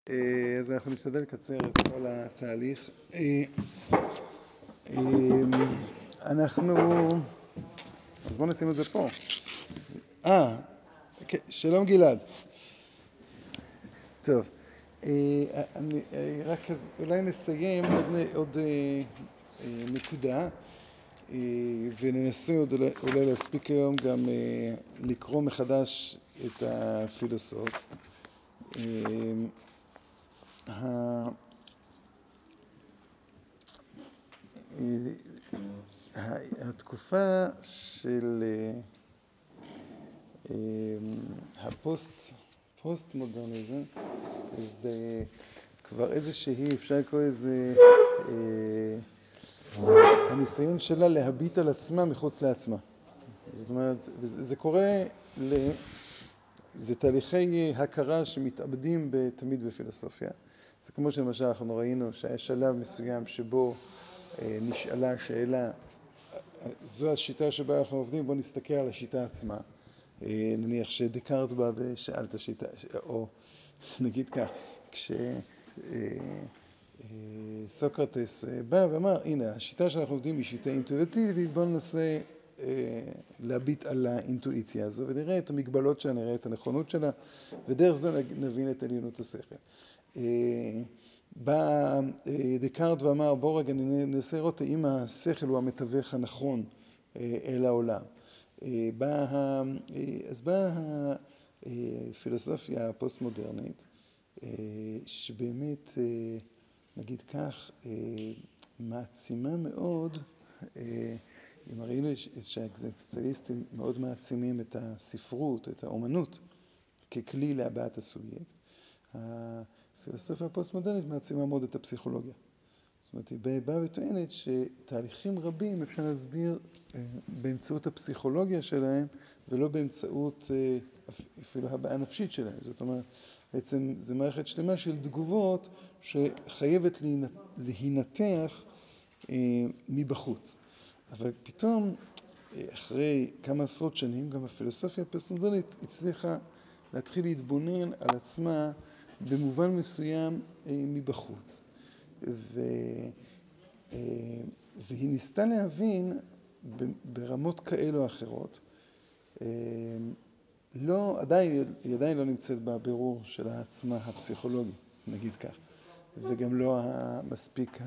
אז אנחנו נשתדל לקצר את כל התהליך. אנחנו... אז בואו נשים את זה פה. שלום גלעד. טוב, רק אולי נסיים עוד נקודה, וננסה אולי להספיק היום גם לקרוא מחדש את הפילוסוף. התקופה של הפוסט מודרניזם זה כבר איזושהי, אפשר לקרוא איזה הניסיון שלה להביט על עצמה מחוץ לעצמה. זאת אומרת, זה קורה זה תהליכי הכרה שמתאבדים תמיד בפילוסופיה. זה כמו שלמשל אנחנו ראינו שהיה שלב מסוים שבו נשאלה השאלה, זו השיטה שבה אנחנו עובדים, בוא נסתכל על השיטה עצמה. נניח שדקארט בא ושאל את השיטה, או נגיד כך, כשסוקרטס בא ואמר, הנה, השיטה שאנחנו עובדים היא שיטה אינטואיטיבית, בוא ננסה להביט על האינטואיציה הזו, ונראה את המגבלות שלה, נראה את הנכונות שלה, ודרך זה נבין את עליונות השכל. בא דקארט ואמר, בוא רגע ננסה לראות אם השכל הוא המתווך הנכון אל העולם. אז באה הפילוסופיה הפוסט-מודרנית, שבאמת, נגיד כך, מעצימה מאוד, אם ראינו שהאקזיסטנציאליסטים מאוד מעצימים את הספרות, את האומנות, ככלי להבעת הסובייקט, הפילוסופיה הפוסט-מודרנית מעצימה מאוד את הפסיכולוגיה. זאת אומרת, היא באה וטוענת שתהליכים רבים אפשר להסביר באמצעות הפסיכולוגיה שלהם, ולא באמצעות אפילו הבעה נפשית שלהם. זאת אומרת, בעצם זו מערכת שלמה של תגובות שחייבת להינתח מבחוץ. אבל פתאום, אחרי כמה עשרות שנים, גם הפילוסופיה הפוסט-מודרנית הצליחה להתחיל להתבונן על עצמה במובן מסוים מבחוץ. והיא ניסתה להבין ברמות כאלו או אחרות, היא עדיין לא נמצאת בבירור של העצמה הפסיכולוגי, נגיד כך, וגם לא מספיק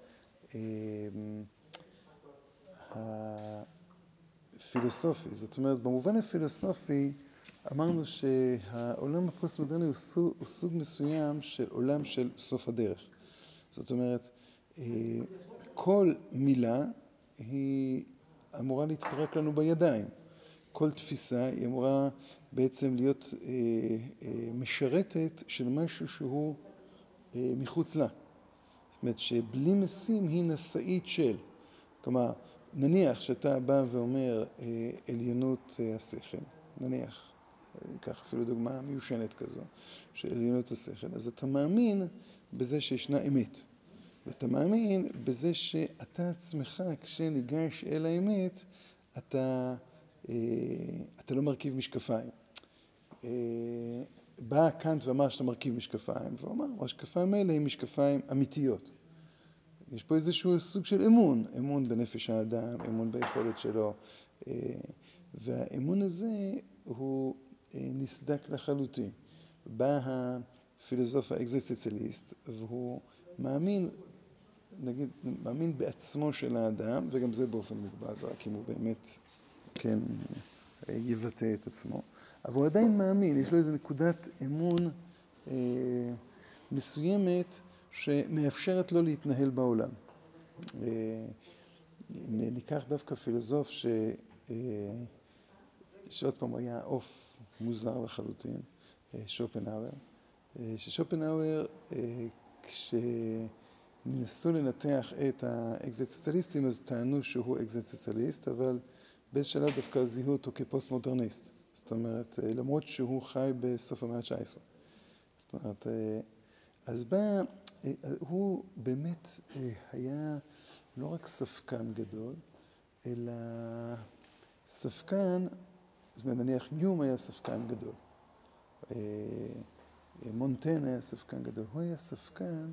הפילוסופי. זאת אומרת, במובן הפילוסופי אמרנו שהעולם הפוסט-מודרני הוא סוג מסוים של עולם של סוף הדרך. זאת אומרת, כל מילה היא אמורה להתפרק לנו בידיים. כל תפיסה היא אמורה בעצם להיות משרתת של משהו שהוא מחוץ לה. זאת אומרת שבלי משים היא נשאית של. כלומר, נניח שאתה בא ואומר עליונות השכל, נניח, כך אפילו דוגמה מיושנת כזו, של עליונות השכל, אז אתה מאמין בזה שישנה אמת. ואתה מאמין בזה שאתה עצמך, כשניגש אל האמת, אתה לא מרכיב משקפיים. בא קאנט ואמר שאתה מרכיב משקפיים, והוא אמר, המשקפיים האלה הם משקפיים אמיתיות. יש פה איזשהו סוג של אמון בנפש האדם, אמון ביכולת שלו, והאמון הזה הוא נסדק לחלוטין. בא הפילוסוף האקזיסטנציאליסט, והוא מאמין בעצמו של האדם, וגם זה באופן מוגבל, זה רק אם הוא באמת, כן, יבטא את עצמו. אבל הוא עדיין מאמין, יש לו איזו נקודת אמון מסוימת שמאפשרת לו להתנהל בעולם. ניקח דווקא פילוסוף שעוד פעם היה עוף מוזר לחלוטין, שופנהאואר. ששופנהאואר, כשניסו לנתח את האקזיסטנציאליסטים, אז טענו שהוא אקזיסטנציאליסט, אבל באיזה שלב דווקא זיהו אותו כפוסט-מודרניסט. זאת אומרת, למרות שהוא חי בסוף המאה ה-19. זאת אומרת, אז הוא באמת היה לא רק ספקן גדול, אלא ספקן, זאת אומרת, נניח יום היה ספקן גדול. מונטן היה ספקן גדול. הוא היה ספקן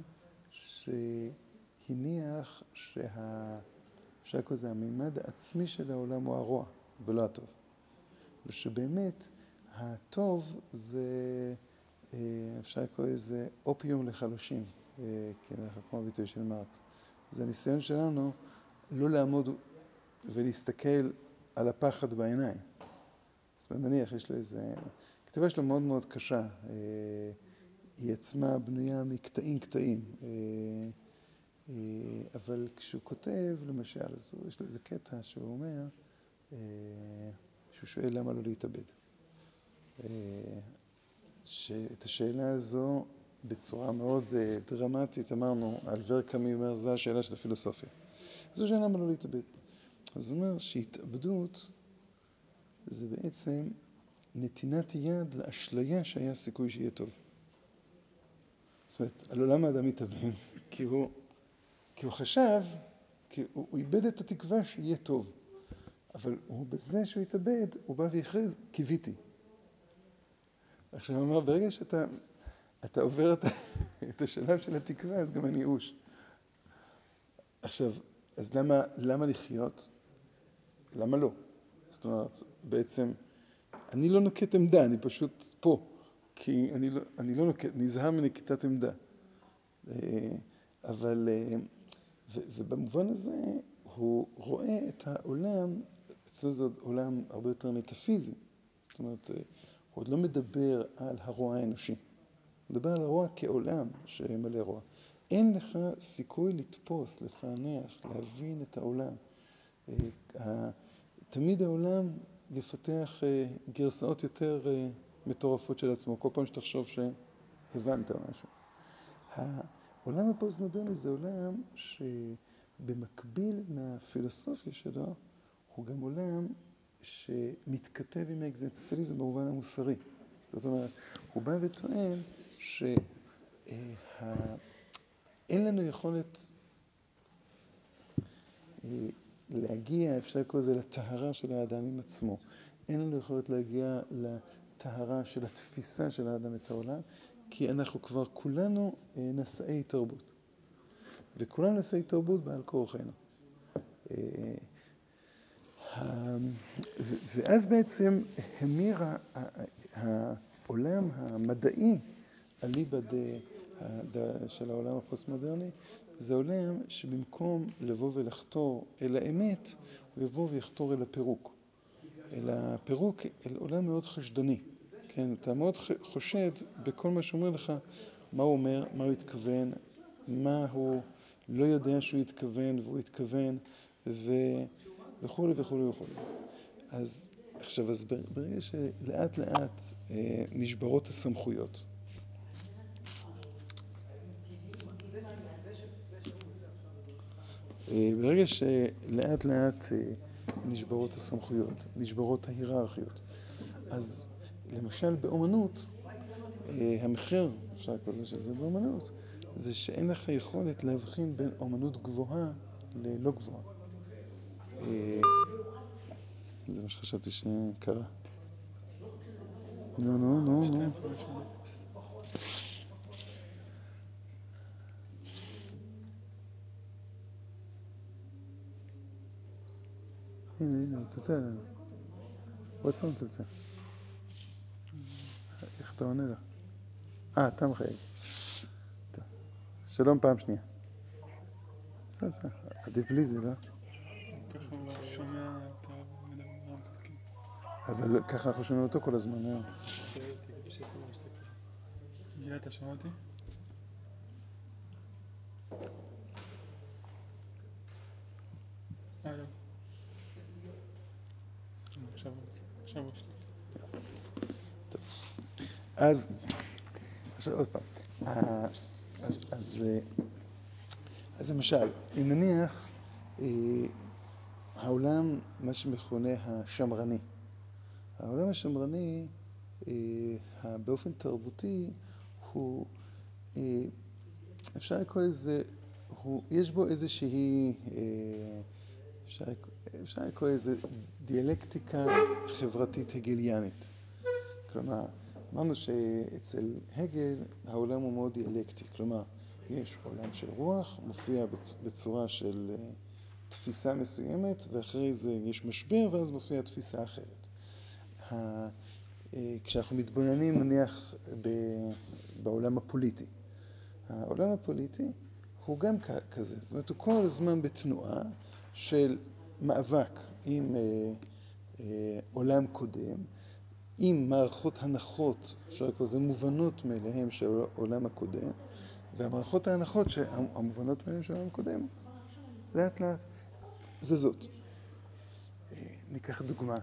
שהניח אפשר לקרוא לזה, המימד העצמי של העולם הוא הרוע ולא הטוב. ושבאמת הטוב זה, אפשר לקרוא לזה אופיום לחלושים, כמו הביטוי של מרקס. זה הניסיון שלנו לא לעמוד ולהסתכל על הפחד בעיניים. זאת אומרת, נניח, יש לו איזה, הכתיבה שלו מאוד מאוד קשה, היא עצמה בנויה מקטעים, אבל כשהוא כותב, למשל, אז יש לו איזה קטע שהוא אומר, שהוא שואל למה לא להתאבד. שאת השאלה הזו, בצורה מאוד דרמטית, אמרנו, אלבר קאמי אומר, זו השאלה של הפילוסופיה. זו שאלה למה לא להתאבד. אז הוא אומר שהתאבדות זה בעצם נתינת יד לאשליה שהיה סיכוי שיהיה טוב. זאת אומרת, על עולם האדם מתאבד, כי הוא חשב, כי הוא איבד את התקווה שיהיה טוב. אבל הוא בזה שהוא התאבד, הוא בא והכריז, קיוויתי. עכשיו הוא אומר, ברגע שאתה עובר את השלב של התקווה, אז גם הניאוש. עכשיו, אז למה לחיות? למה לא? זאת אומרת, בעצם, אני לא נוקט עמדה, אני פשוט פה. כי אני לא נוקט, נזהר מנקיטת עמדה. אבל, ובמובן הזה, הוא רואה את העולם, אצלו זה עולם הרבה יותר מטאפיזי. זאת אומרת, הוא עוד לא מדבר על הרוע האנושי. הוא מדבר על הרוע כעולם שמלא רוע. אין לך סיכוי לתפוס, לפענח, להבין את העולם. תמיד העולם יפתח גרסאות יותר מטורפות של עצמו, כל פעם שתחשוב שהבנת משהו. העולם הפוסט-מודרני זה עולם שבמקביל מהפילוסופיה שלו, הוא גם עולם שמתכתב עם האקזיסטנציאליזם במובן המוסרי. זאת אומרת, הוא בא וטוען שאין לנו יכולת להגיע, אפשר לקרוא לזה, לטהרה של האדם עם עצמו. אין לנו יכולת להגיע לטהרה של התפיסה של האדם את העולם, כי אנחנו כבר כולנו נשאי תרבות. וכולנו נשאי תרבות בעל כורחנו. ואז בעצם המיר העולם המדעי, אליבא של העולם הפוסט-מודרני, זה עולם שבמקום לבוא ולחתור אל האמת, הוא יבוא ויחתור אל הפירוק. אל הפירוק, אל עולם מאוד חשדני. כן, אתה מאוד חושד בכל מה שאומר לך, מה הוא אומר, מה הוא התכוון, מה הוא לא יודע שהוא התכוון והוא התכוון, וכו' וכו' וכו'. אז עכשיו, אז ברגע שלאט לאט נשברות הסמכויות. ברגע שלאט לאט נשברות הסמכויות, נשברות ההיררכיות. אז למשל באומנות, המחיר, אפשר לקרוא לזה שזה באומנות, זה שאין לך יכולת להבחין בין אומנות גבוהה ללא גבוהה. זה מה שחשבתי שקרה. נו. הנה, מצלצל. וואטסון מצלצל. איך אתה עונה לה? אתה מחייג. שלום פעם שנייה. בסדר, עדיף בלי זה, לא? ככה הוא שומע את המדבר המתעדכן. אבל ככה אנחנו שומעים אותו כל הזמן, היום. גילה, אתה שומע אותי? לא. עכשיו יש לי. טוב. אז, עכשיו עוד פעם. אז למשל, אם נניח העולם, מה שמכונה השמרני. העולם השמרני, באופן תרבותי, הוא, אפשר לקרוא לזה, יש בו איזושהי, אפשר לקרוא לזה דיאלקטיקה חברתית הגליאנית. כלומר, אמרנו שאצל הגל העולם הוא מאוד דיאלקטי, כלומר, יש עולם של רוח, מופיע בצורה של תפיסה מסוימת, ואחרי זה יש משבר, ואז מופיעה תפיסה אחרת. כשאנחנו מתבוננים נניח בעולם הפוליטי, העולם הפוליטי הוא גם כזה, זאת אומרת הוא כל הזמן בתנועה של מאבק עם עולם קודם, עם מערכות הנחות, אפשר לקרוא לזה מובנות מאליהם של העולם הקודם, והמערכות ההנחות המובנות מאליהם של העולם הקודם, לאט לאט זזות. ניקח דוגמה,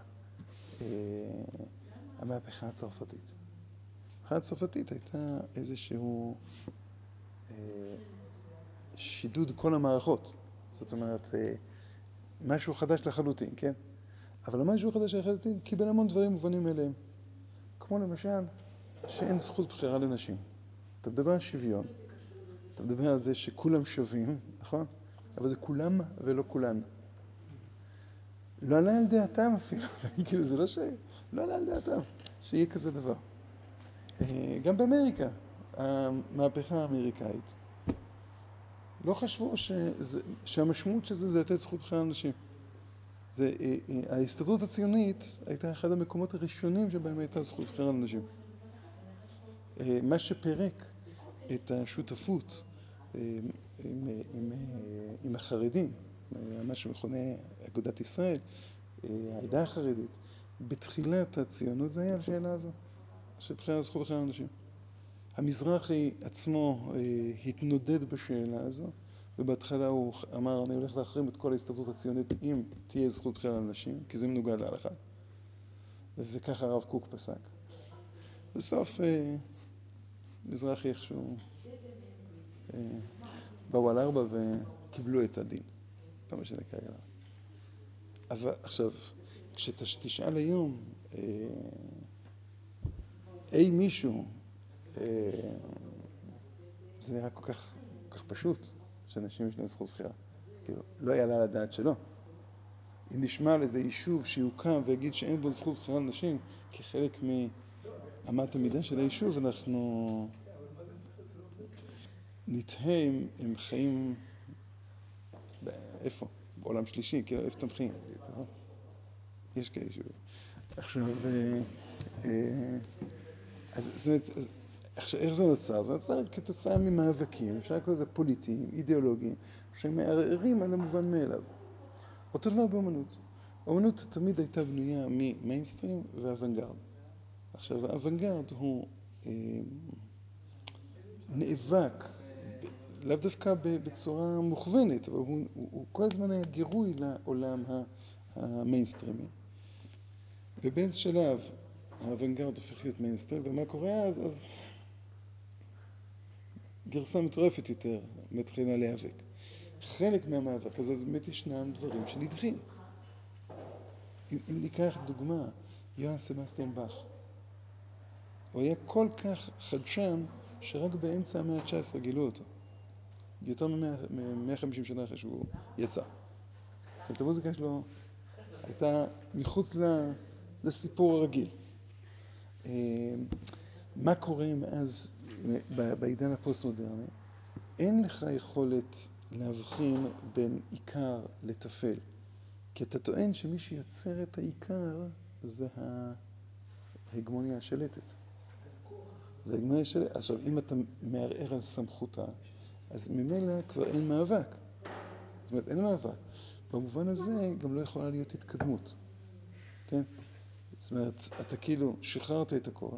המהפכה הצרפתית. המהפכה הצרפתית הייתה איזשהו שידוד כל המערכות. זאת אומרת, משהו חדש לחלוטין, כן? אבל משהו חדש לחלוטין קיבל המון דברים מובנים אליהם. כמו למשל, שאין זכות בחירה לנשים. אתה מדבר על שוויון. אתה מדבר על זה שכולם שווים, נכון? אבל זה כולם ולא כולן. לא עלה על דעתם אפילו, כאילו זה לא לא עלה על דעתם שיהיה כזה דבר. גם באמריקה, המהפכה האמריקאית, לא חשבו שהמשמעות של זה לתת זכות בחירה לאנשים. ההסתדרות הציונית הייתה אחד המקומות הראשונים שבהם הייתה זכות בחירה לאנשים. מה שפרק את השותפות עם החרדים, מה שמכונה אגודת ישראל, העדה החרדית, בתחילת הציונות זה היה השאלה הזו, של זכות בחירה לאנשים. המזרחי עצמו התנודד בשאלה הזו, ובהתחלה הוא אמר, אני הולך להחרים את כל ההסתדרות הציונית אם תהיה זכות בחירה לאנשים, כי זה מנוגד להלכה. וככה הרב קוק פסק. בסוף מזרחי איכשהו באו על 4 וקיבלו את הדין. לא משנה כרגע. אבל עכשיו, כשתשאל היום, מישהו, זה נראה כל כך פשוט, שאנשים יש להם זכות בחירה. כאילו, לא יעלה על הדעת שלו. אם נשמע על איזה יישוב שיוקם ויגיד שאין בו זכות בחירה לנשים, כחלק מאמת המידה של היישוב, אנחנו נתהה אם חיים איפה? בעולם שלישי, כאילו, איפה תמחים? יש כאלה יישובים. עכשיו, אז זאת אומרת, עכשיו, איך זה נוצר? זה נוצר כתוצאה ממאבקים, אפשר לקרוא לזה פוליטיים, אידיאולוגיים, שמערערים על המובן מאליו. אותו דבר באמנות. האמנות תמיד הייתה בנויה ממיינסטרים ואוונגרד. עכשיו, האוונגרד הוא נאבק, לאו דווקא בצורה מוכוונת, אבל הוא כל הזמן היה גירוי לעולם המיינסטרימי. ובאיזה שלב האוונגרד הופך להיות מיינסטרים, ומה קורה אז גרסה מטורפת יותר מתחילה להיאבק. חלק מהמאבק הזה, אז באמת ישנם דברים שנדחים. אם ניקח דוגמה, יוהאן סבסטיאן באך. הוא היה כל כך חדשן, שרק באמצע המאה ה-19 גילו אותו. יותר מ-150 שנה אחרי שהוא יצא. זאת המוזיקה שלו הייתה מחוץ לסיפור הרגיל. מה קורה מאז, בעידן הפוסט-מודרני? אין לך יכולת להבחין בין עיקר לטפל. כי אתה טוען שמי שיוצר את העיקר זה ההגמוניה השלטת. זה ההגמוניה השלטת. עכשיו, אם אתה מערער על סמכותה, אז ממילא כבר אין מאבק. זאת אומרת, אין מאבק. במובן הזה גם לא יכולה להיות התקדמות. כן? זאת אומרת, אתה כאילו שחררת את הכל,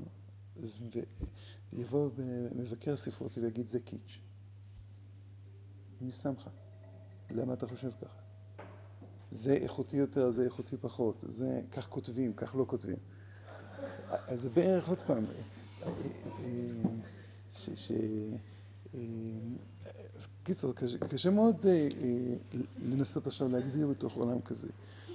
ויבוא מבקר ספרותי ויגיד, זה קיץ'. מי שמך? למה אתה חושב ככה? זה איכותי יותר, זה איכותי פחות. זה כך כותבים, כך לא כותבים. אז זה בערך עוד פעם. קיצור, קשה מאוד לנסות עכשיו להגדיר בתוך עולם כזה.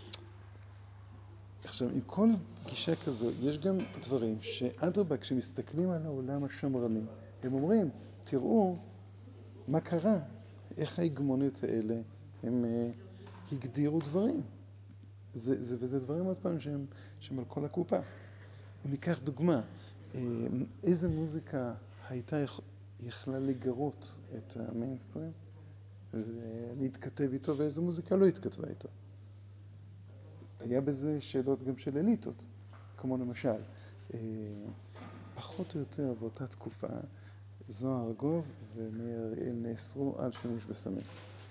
עכשיו, עם כל גישה כזו, יש גם דברים שאדרבה, כשמסתכלים על העולם השמרני, הם אומרים, תראו מה קרה, איך ההגמוניות האלה, הם הגדירו דברים. וזה דברים עוד פעם שהם על כל הקופה. ניקח דוגמה, איזה מוזיקה יכלה לגרות את המיינסטרים ולהתכתב איתו, ואיזה מוזיקה לא התכתבה איתו. היה בזה שאלות גם של אליטות, כמו למשל, פחות או יותר באותה תקופה, זוהר ארגוב ומאיר אריאל נאסרו על שימוש בסמים.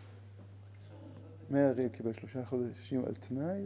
מאיר אריאל קיבל 3 חודשים על תנאי,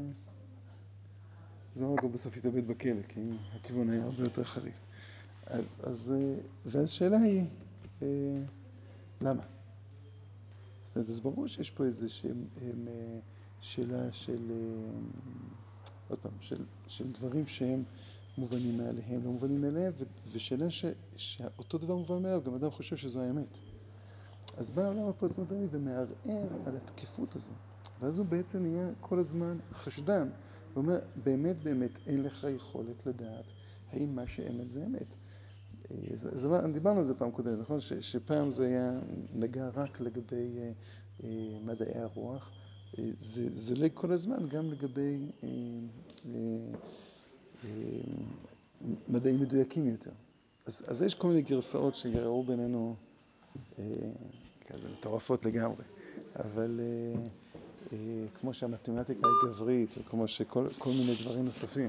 וזוהר ארגוב בסוף התאבד בכלא, כי הכיוון היה הרבה יותר חריף. ואז השאלה היא, למה? אז ברור שיש פה איזו שאלה של, עוד פעם, של דברים שהם מובנים מאליהם, לא מובנים מאליהם, ושאלה שאותו דבר מובן מאליו, גם אדם חושב שזו האמת. אז בא העולם הפוסט-מודרני ומערער על התקפות הזו, ואז הוא בעצם נהיה כל הזמן חשדן, ואומר, באמת אין לך יכולת לדעת האם מה שאמת זה אמת. דיברנו על זה פעם קודם, נכון? שפעם זה היה נגע רק לגבי מדעי הרוח, זה עולה כל הזמן גם לגבי מדעים מדויקים יותר. אז יש כל מיני גרסאות שיראו בינינו כזה מטורפות לגמרי, אבל כמו שהמתמטיקה היא גברית, וכמו שכל מיני דברים נוספים.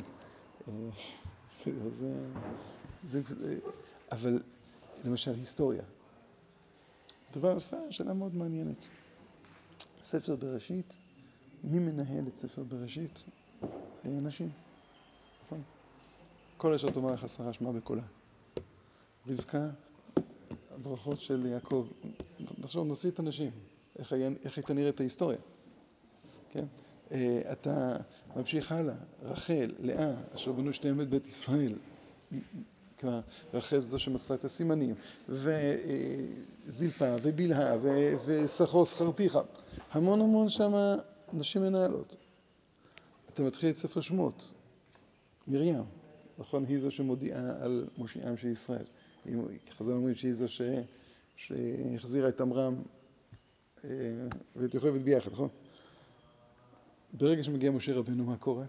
אבל למשל היסטוריה. דבר עושה שאלה מאוד מעניינת. ספר בראשית, מי מנהל את ספר בראשית? נשים. נכון? כל אשר תאמר לך שרה שמע בקולה. רבקה, הברכות של יעקב. עכשיו נוציא את הנשים. איך הייתה נראית ההיסטוריה? כן? אתה ממשיך הלאה. רחל, לאה, אשר בנו שתיהם את בית ישראל. כלומר, רחל זו שמסרה את הסימנים, וזילפה, ובלהה, וסחוס חרתיך. המון שם נשים מנהלות. אתה מתחיל את ספר שמות. מרים, נכון? היא זו שמודיעה על מושיעם של ישראל. חז"ל אומרים שהיא זו שהחזירה את עמרם ואת יוכבד ביחד, נכון? ברגע שמגיע משה רבנו, מה קורה?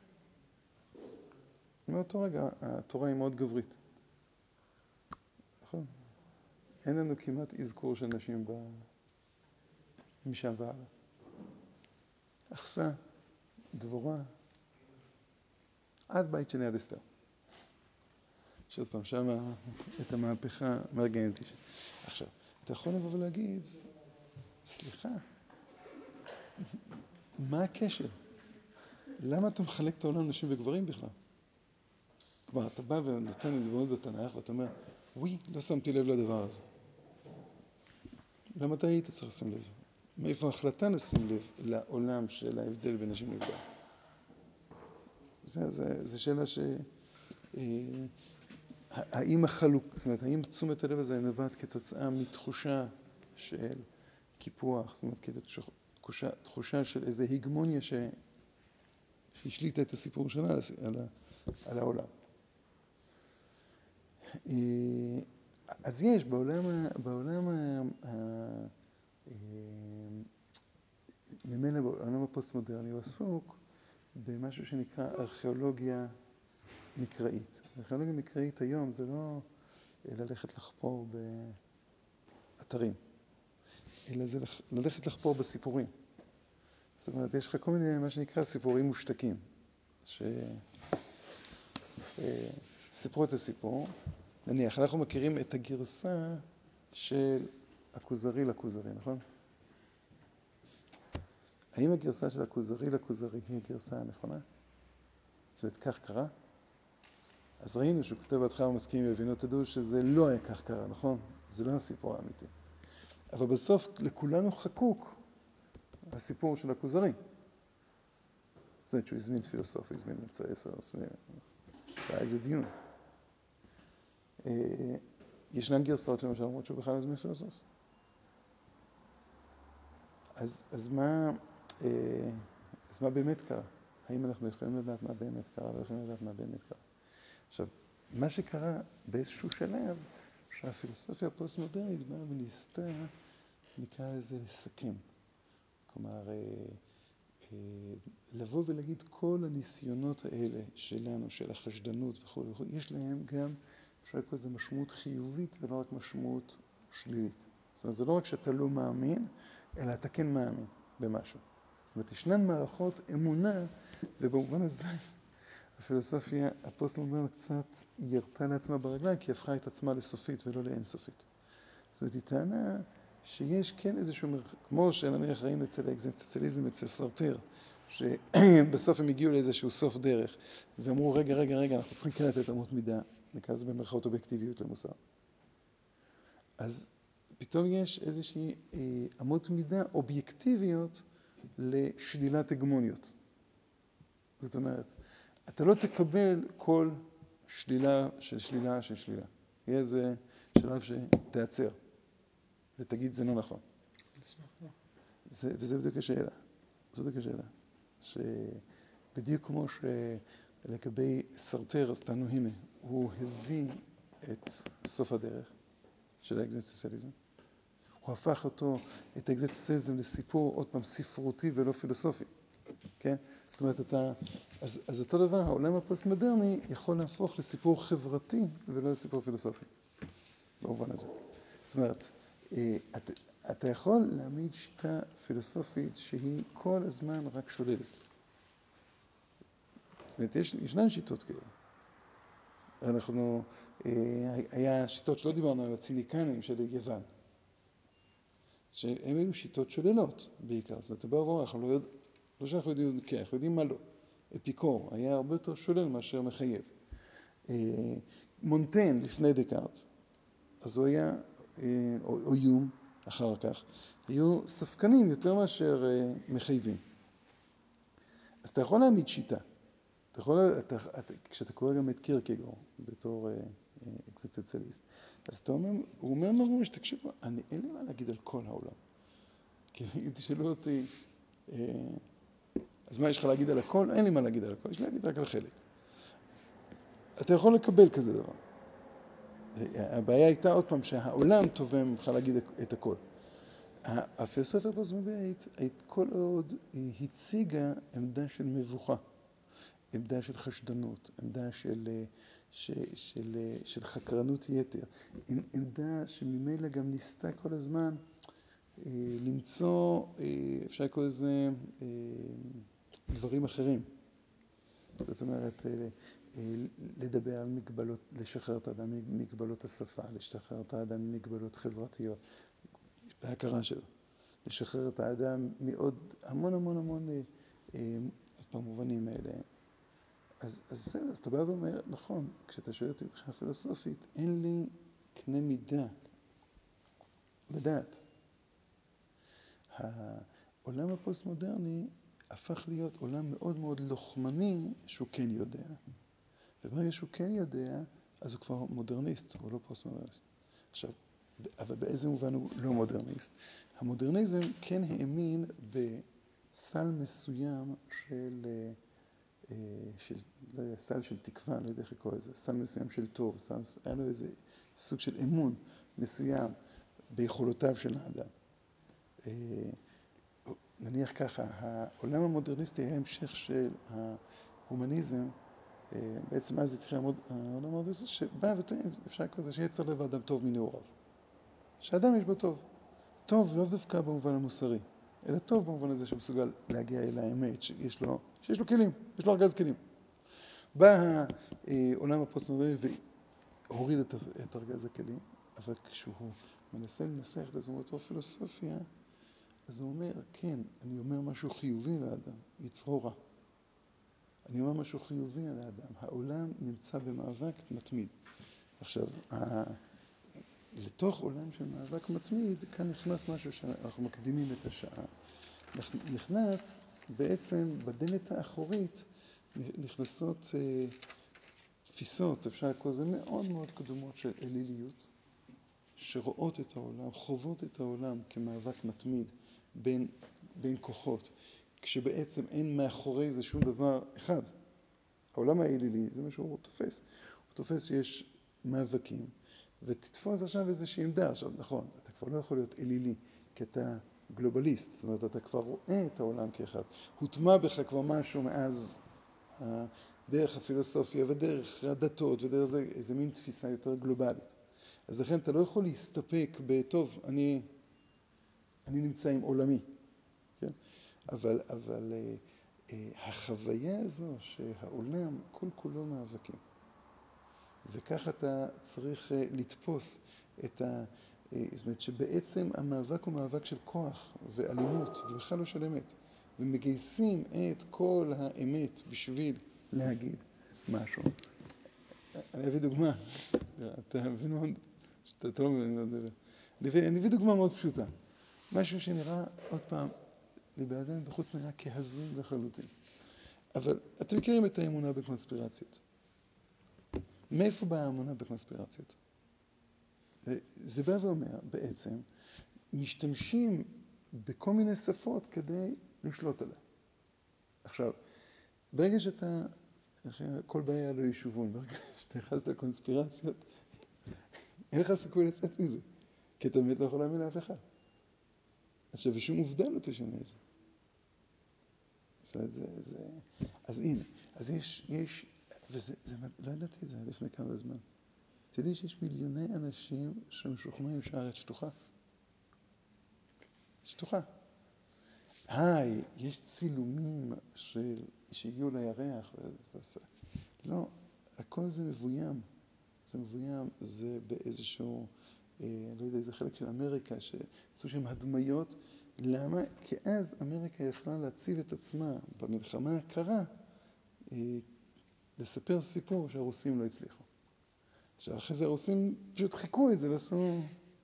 מאותו רגע, התורה היא מאוד גברית. נכון? אין לנו כמעט אזכור של נשים משם והלאה. אחסה, דבורה, עד בית שני עד אסתר. שעוד פעם, שם את המהפכה מארגנת. עכשיו, אתה יכול לבוא ולהגיד, סליחה, מה הקשר? למה אתה מחלק את העולם נשים וגברים בכלל? כלומר, אתה בא ונותן לי דברות בתנ"ך, ואתה אומר, לא שמתי לב לדבר הזה. למה אתה היית צריך לשים לב? מאיפה ההחלטה לשים לב לעולם של ההבדל בין נשים לגברים? זו שאלה האם זאת אומרת, האם תשומת הלב הזה נובעת כתוצאה מתחושה של קיפוח, זאת אומרת, תחושה של איזו הגמוניה שהשליטה את הסיפור שלה על העולם. אז יש בעולם הפוסט-מודרני הוא עסוק במשהו שנקרא ארכיאולוגיה מקראית. ארכיאולוגיה מקראית היום זה לא ללכת לחפור באתרים, אלא זה ללכת לחפור בסיפורים. זאת אומרת, יש לך כל מיני מה שנקרא סיפורים מושתקים, שסיפרו את הסיפור. נניח, אנחנו מכירים את הגרסה של הכוזרי לכוזרי, נכון? האם הגרסה של הכוזרי לכוזרי היא הגרסה הנכונה? זאת אומרת, כך קרה? אז ראינו שהוא כותב בהתחלה ומסכים והבינו, תדעו שזה לא היה כך קרה, נכון? זה לא הסיפור האמיתי. אבל בסוף לכולנו חקוק הסיפור של הכוזרי. זאת אומרת שהוא הזמין פילוסוף, הזמין מצאי עשר, היה איזה דיון. ישנן גרסאות למשל אומרות שהוא בכלל הזמין פילוסוף. אז מה באמת קרה? האם אנחנו יכולים לדעת מה באמת קרה, לא יכולים לדעת מה באמת קרה? עכשיו, מה שקרה באיזשהו שלב, שהפילוסופיה הפוסט-מודרנית באה וניסתה, נקרא לזה לסכם. כלומר, לבוא ולהגיד כל הניסיונות האלה שלנו, של החשדנות וכו', יש להם גם, אפשר לקרוא לזה משמעות חיובית ולא רק משמעות שלילית. זאת אומרת, זה לא רק שאתה לא מאמין, אלא אתה כן מאמין במשהו. זאת אומרת, ישנן מערכות אמונה, ובמובן הזה הפילוסופיה, הפוסט-מודרנית קצת ירתה לעצמה ברגליים, כי הפכה את עצמה לסופית ולא לאינסופית. זאת אומרת, היא טענה שיש כן איזשהו כמו שנניח ראינו אצל האקזיסטנציאליזם, אצל סארטר, שבסוף הם הגיעו לאיזשהו סוף דרך, ואמרו, רגע, אנחנו צריכים כן לתת אמות מידה, נקרא לזה במרכאות אובייקטיביות למוסר. אז פתאום יש איזושהי אמות מידה אובייקטיביות לשלילת הגמוניות. זאת אומרת, אתה לא תקבל כל שלילה של שלילה של שלילה. יהיה איזה שלב שתעצר ותגיד זה לא נכון. וזה בדיוק השאלה. זאת בדיוק השאלה. שבדיוק כמו שלגבי סארטר, אז טענו, הנה, הוא הביא את סוף הדרך של האקזיסטנציאליזם. הוא הפך אותו, את האקזיסטנציאליזם, לסיפור עוד פעם ספרותי ולא פילוסופי. כן? זאת אומרת, אז אותו דבר, העולם הפוסט-מודרני יכול להפוך לסיפור חברתי ולא לסיפור פילוסופי. במובן הזה. זאת אומרת, אתה יכול להעמיד שיטה פילוסופית שהיא כל הזמן רק שוללת. זאת אומרת, ישנן שיטות כאלה. היה שיטות שלא דיברנו על הציניקנים של יוון, שהם היו שיטות שוללות בעיקר. זאת אומרת, ברור, לא שאנחנו יודעים, כן, אנחנו יודעים מה לא. אפיקור היה הרבה יותר שולל מאשר מחייב. מונטן לפני דקארט, אז הוא היה, או יום אחר כך, היו ספקנים יותר מאשר מחייבים. אז אתה יכול להעמיד שיטה. כשאתה קורא גם את קירקגור בתור אקזיסטנציאליסט, אז הוא אומר מראש, תקשיבו, אין לי מה להגיד על כל העולם. כי אם תשאלו אותי, אז מה יש לך להגיד על הכל? אין לי מה להגיד על הכל, יש לי להגיד רק על חלק. אתה יכול לקבל כזה דבר. הבעיה הייתה עוד פעם שהעולם תובע ממך להגיד את הכל. הפילוסופיה הפוסט-מודרנית, כל עוד היא הציגה עמדה של מבוכה, עמדה של חשדנות, עמדה של חקרנות יתר, עמדה שממילא גם ניסתה כל הזמן למצוא, אפשר לקרוא לזה דברים אחרים. זאת אומרת, לדבר על מגבלות, לשחרר את האדם ממגבלות השפה, לשחרר את האדם ממגבלות חברתיות, בהכרה שלו. לשחרר את האדם מעוד המון במובנים האלה. אז בסדר, אז אתה בא ואומר, נכון, כשאתה שואל אותי מבחינה פילוסופית, אין לי קנה מידה לדעת. העולם הפוסט-מודרני הפך להיות עולם מאוד מאוד לוחמני שהוא כן יודע. וברגע שהוא כן יודע, אז הוא כבר מודרניסט, הוא לא פוסט-מודרניסט. עכשיו, אבל באיזה מובן הוא לא מודרניסט? המודרניזם כן האמין בסל מסוים סל של תקווה, לא יודע איך לקרוא לזה, סל מסוים של טוב, היה לו איזה סוג של אמון מסוים ביכולותיו של האדם. נניח ככה, העולם המודרניסטי היה המשך של ההומניזם, בעצם אז התחיל העולם המודרניסטי שבא וטוען, אפשר לקרוא לזה, שיצר לב האדם טוב מנעוריו. שאדם יש בו טוב. טוב לא דווקא במובן המוסרי, אלא טוב במובן הזה שמסוגל להגיע אל האמת, שיש לו כלים, יש לו ארגז כלים. בא העולם הפוסט-מודרני והוריד את ארגז הכלים, אבל כשהוא מנסה לנסח את עצמו בתור פילוסופיה, אז הוא אומר, כן, אני אומר משהו חיובי לאדם, יצרו רע. אני אומר משהו חיובי על האדם, העולם נמצא במאבק מתמיד. עכשיו, לתוך עולם של מאבק מתמיד, כאן נכנס משהו שאנחנו מקדימים את השעה. נכנס בעצם בדלת האחורית, נכנסות תפיסות, אפשר לקרוא לזה מאוד מאוד קדומות של אליליות, שרואות את העולם, חוות את העולם כמאבק מתמיד בין כוחות, כשבעצם אין מאחורי זה שום דבר אחד. העולם האלילי זה מה שהוא תופס. הוא תופס שיש מאבקים, ותתפוס עכשיו איזושהי עמדה. עכשיו, נכון, אתה כבר לא יכול להיות אלילי, כי אתה גלובליסט, זאת אומרת, אתה כבר רואה את העולם כאחד. הוטמע בך כבר משהו מאז דרך הפילוסופיה ודרך הדתות ודרך זה, איזה מין תפיסה יותר גלובלית. אז לכן אתה לא יכול להסתפק בטוב, אני נמצא עם עולמי, כן? אבל החוויה הזו שהעולם כל כולו מאבקים, וכך אתה צריך לתפוס את זאת אומרת שבעצם המאבק הוא מאבק של כוח ואלימות ובכלל לא של אמת, ומגייסים את כל האמת בשביל להגיד משהו. אני אביא דוגמה, אתה מבין מאוד, שאתה לא מבין מאוד דבר. אני אביא דוגמה מאוד פשוטה, משהו שנראה עוד פעם, לבאדם בחוץ נראה כהזוי לחלוטין. אבל אתם מכירים את האמונה בקונספירציות. מאיפה באה האמונה בקונספירציות? זה בא ואומר, בעצם, משתמשים בכל מיני שפות כדי לשלוט עליה. עכשיו, ברגע שאתה, כל בעיה לא יישובון, ברגע שאתה נכנס לקונספירציות, אין לך סיכוי לצאת מזה, כי אתה באמת לא יכול להאמין לאף אחד. עכשיו, ושום עובדה לא תשנה את זה. אז הנה, אז יש, לא ידעתי את זה לפני כמה זמן. תדעי שיש מיליוני אנשים שמשוכנעים שהארץ שטוחה. שטוחה. יש צילומים שהגיעו לירח. לא, הכל זה מבוים. זה מבוים, זה באיזשהו, לא יודע, איזה חלק של אמריקה, שעשו שם הדמיות. למה? כי אז אמריקה יכלה להציב את עצמה במלחמה הקרה, לספר סיפור שהרוסים לא הצליחו. עכשיו, אחרי זה הרוסים פשוט חיכו את זה ועשו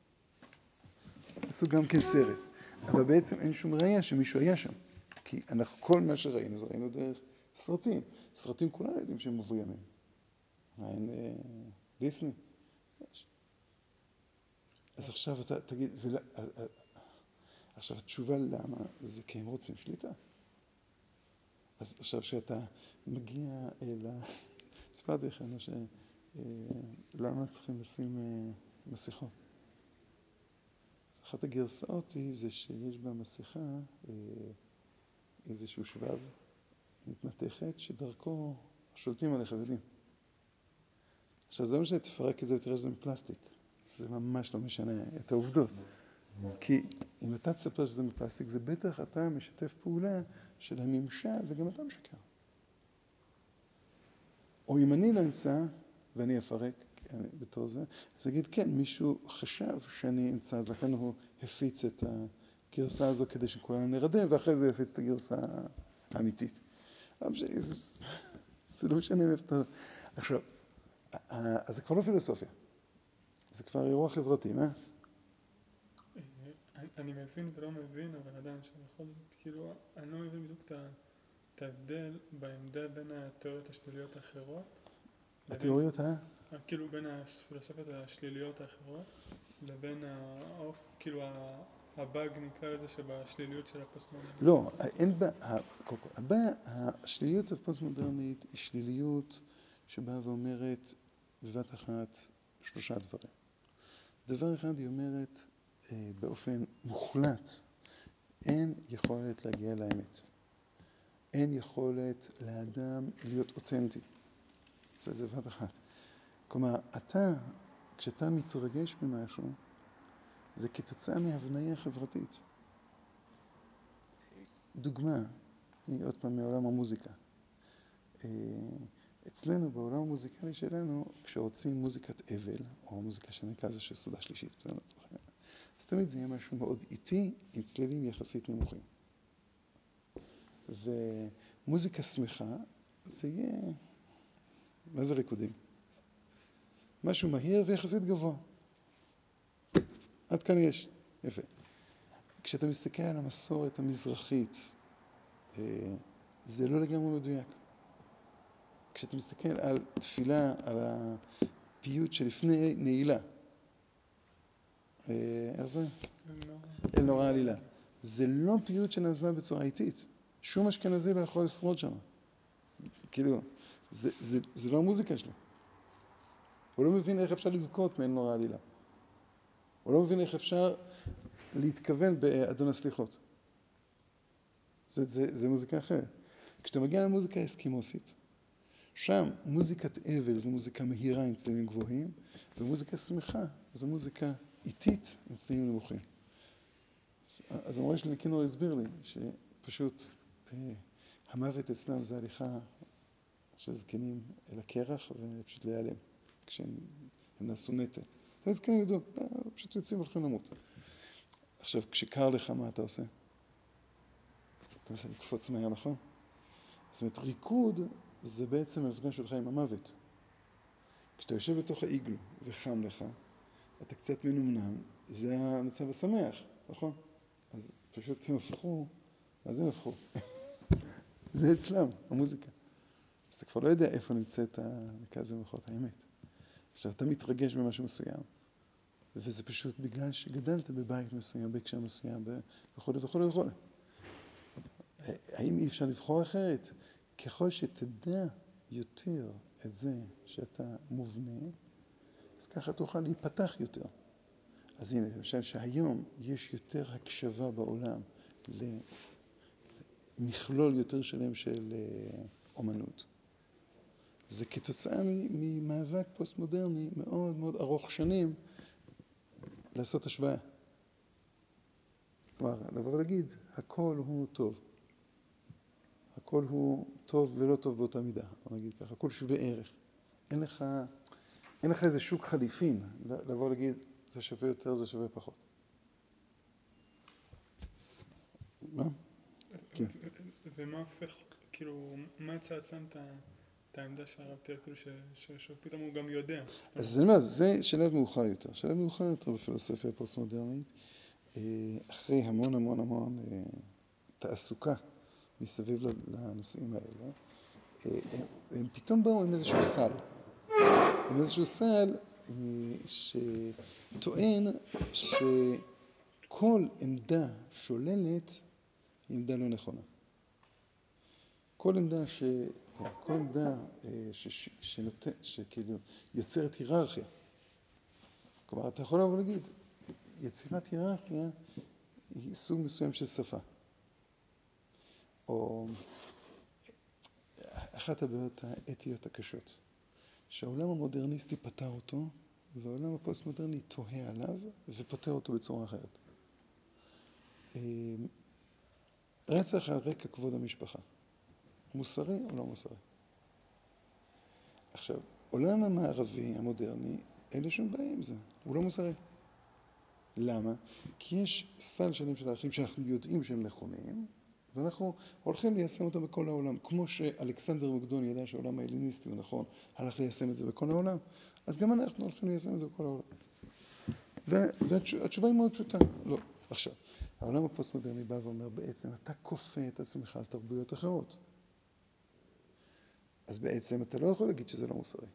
גם כן סרט. אבל בעצם אין שום ראייה שמישהו היה שם. כי כל מה שראינו, זה ראינו דרך סרטים. סרטים כולנו יודעים שהם מבוימים. אין דיסני. יש. אז עכשיו אתה תגיד, עכשיו התשובה למה זה כי הם רוצים שליטה. אז עכשיו שאתה מגיע סיפרתי לך למה צריכים לשים מסכות. אחת הגרסאות היא זה שיש במסכה איזשהו שבב מתנתכת שדרכו שולטים עליך ויודעים. עכשיו זה לא משנה, תפרק את זה ותראה שזה מפלסטיק. זה ממש לא משנה את העובדות. כי אם אתה תספר שזה מפלסטיק, זה בטח אתה משתף פעולה של הממשל וגם אתה משקר. או אם אני לא אמצא ואני אפרק בתור זה, אז אגיד כן, מישהו חשב שאני אמצא, אז לכן הוא הפיץ את הגרסה הזו כדי שכולנו נרדם, ואחרי זה יפיץ את הגרסה האמיתית. זה לא משנה מאיפה אתה... עכשיו, אז זה כבר לא פילוסופיה. זה כבר אירוע חברתי, מה? אני מבין ולא מבין, אבל עדיין שבכל זאת, כאילו, אני לא מבין בדיוק את ההבדל בעמדה בין התיאוריות השליליות האחרות, התיאוריות, כאילו בין הפילוסופיות השליליות האחרות, לבין כאילו הבאג נקרא לזה שבשליליות של הפוסט-מודרנית. לא, אין בה, השליליות הפוסט-מודרנית היא שליליות שבאה ואומרת בבת אחת 3 דברים. דבר אחד היא אומרת באופן מוחלט, אין יכולת להגיע לאמת. אין יכולת לאדם להיות אותנטי. זה בבת אחת. כלומר, כשאתה מתרגש ממשהו, זה כתוצאה מהבניה חברתית. דוגמה, עוד פעם מעולם המוזיקה. אצלנו, בעולם המוזיקלי שלנו, כשרוצים מוזיקת אבל, או מוזיקה שנקרא זה של סעודה שלישית, אז תמיד זה יהיה משהו מאוד איטי, עם צלילים יחסית נמוכים. ומוזיקה שמחה, זה יהיה... מה זה ריקודים? משהו מהיר ויחסית גבוה. עד כאן יש. יפה. כשאתה מסתכל על המסורת המזרחית, זה לא לגמרי מדויק. כשאתה מסתכל על תפילה, על הפיוט שלפני נעילה, איך זה? אל נורא עלילה. זה לא פיוט שנעשה בצורה איטית. שום אשכנזי לא יכול לשרוד שם. כאילו, זה לא המוזיקה שלו. הוא לא מבין איך אפשר לבכות מאל נורא עלילה. הוא לא מבין איך אפשר להתכוון באדון הסליחות. זה מוזיקה אחרת. כשאתה מגיע למוזיקה האסקימוסית, שם מוזיקת אבל זו מוזיקה מהירה עם צלילים גבוהים, ומוזיקה שמחה זו מוזיקה איטית עם צלילים נמוכים. אז המורה שלי כינור הסביר לי שפשוט המוות אצלם זה הליכה של זקנים אל הקרח ופשוט להיעלם כשהם נעשו נטל. הזקנים ידעו, פשוט יוצאים והולכים למות. עכשיו, כשקר לך מה אתה עושה? אתה מנסה לקפוץ מהר, נכון? זאת אומרת, ריקוד זה בעצם המפגש שלך עם המוות. כשאתה יושב בתוך האיגלו וחם לך, אתה קצת מנומנם, זה המצב השמח, נכון? אז פשוט הם הפכו, אז הם הפכו. זה אצלם, המוזיקה. אז אתה כבר לא יודע איפה נמצאת המרכז המוחות, האמת. עכשיו, אתה מתרגש במשהו מסוים, וזה פשוט בגלל שגדלת בבית מסוים, בהקשר מסוים, וכו' וכו' וכו'. האם אי אפשר לבחור אחרת? ככל שתדע יותר את זה שאתה מובנה, אז ככה תוכל להיפתח יותר. אז הנה, למשל שהיום יש יותר הקשבה בעולם למכלול יותר שלם של אומנות. זה כתוצאה ממאבק פוסט-מודרני מאוד מאוד ארוך שנים לעשות השוואה. כלומר, לבוא ולהגיד, הכל הוא טוב. הכל הוא טוב ולא טוב באותה מידה. נגיד ככה, הכל שווה ערך. אין לך איזה שוק חליפין לבוא ולהגיד, זה שווה יותר, זה שווה פחות. מה? כן. ומה הופך, כאילו, מה צעצם את העמדה של הרב תיאר, כאילו שפתאום הוא גם יודע. אז זה מה, זה שלב מאוחר יותר. שלב מאוחר יותר בפילוסופיה הפוסט-מודרנית, אחרי המון המון המון תעסוקה מסביב לנושאים האלה, הם פתאום באו עם איזשהו סל. עם איזשהו סל שטוען שכל עמדה שוללת היא עמדה לא נכונה. כל עמדה שכאילו יוצרת היררכיה. כלומר, אתה יכול לבוא להגיד, יצירת היררכיה היא סוג מסוים של שפה. או אחת הבעיות האתיות הקשות, שהעולם המודרניסטי פתר אותו, והעולם הפוסט-מודרני תוהה עליו ופותר אותו בצורה אחרת. רצח על רקע כבוד המשפחה. מוסרי או לא מוסרי? עכשיו, עולם המערבי המודרני, אין לו שום בעיה עם זה. הוא לא מוסרי. למה? כי יש סל שלם של ערכים שאנחנו יודעים שהם נכונים, ואנחנו הולכים ליישם אותם בכל העולם. כמו שאלכסנדר מוקדון ידע שהעולם ההלניסטי הוא נכון, הלך ליישם את זה בכל העולם, אז גם אנחנו הולכים ליישם את זה בכל העולם. והתשובה היא מאוד פשוטה. לא. עכשיו, העולם הפוסט-מודרני בא ואומר בעצם, אתה כופה את עצמך על תרבויות אחרות. אז בעצם אתה לא יכול להגיד שזה לא מוסרי.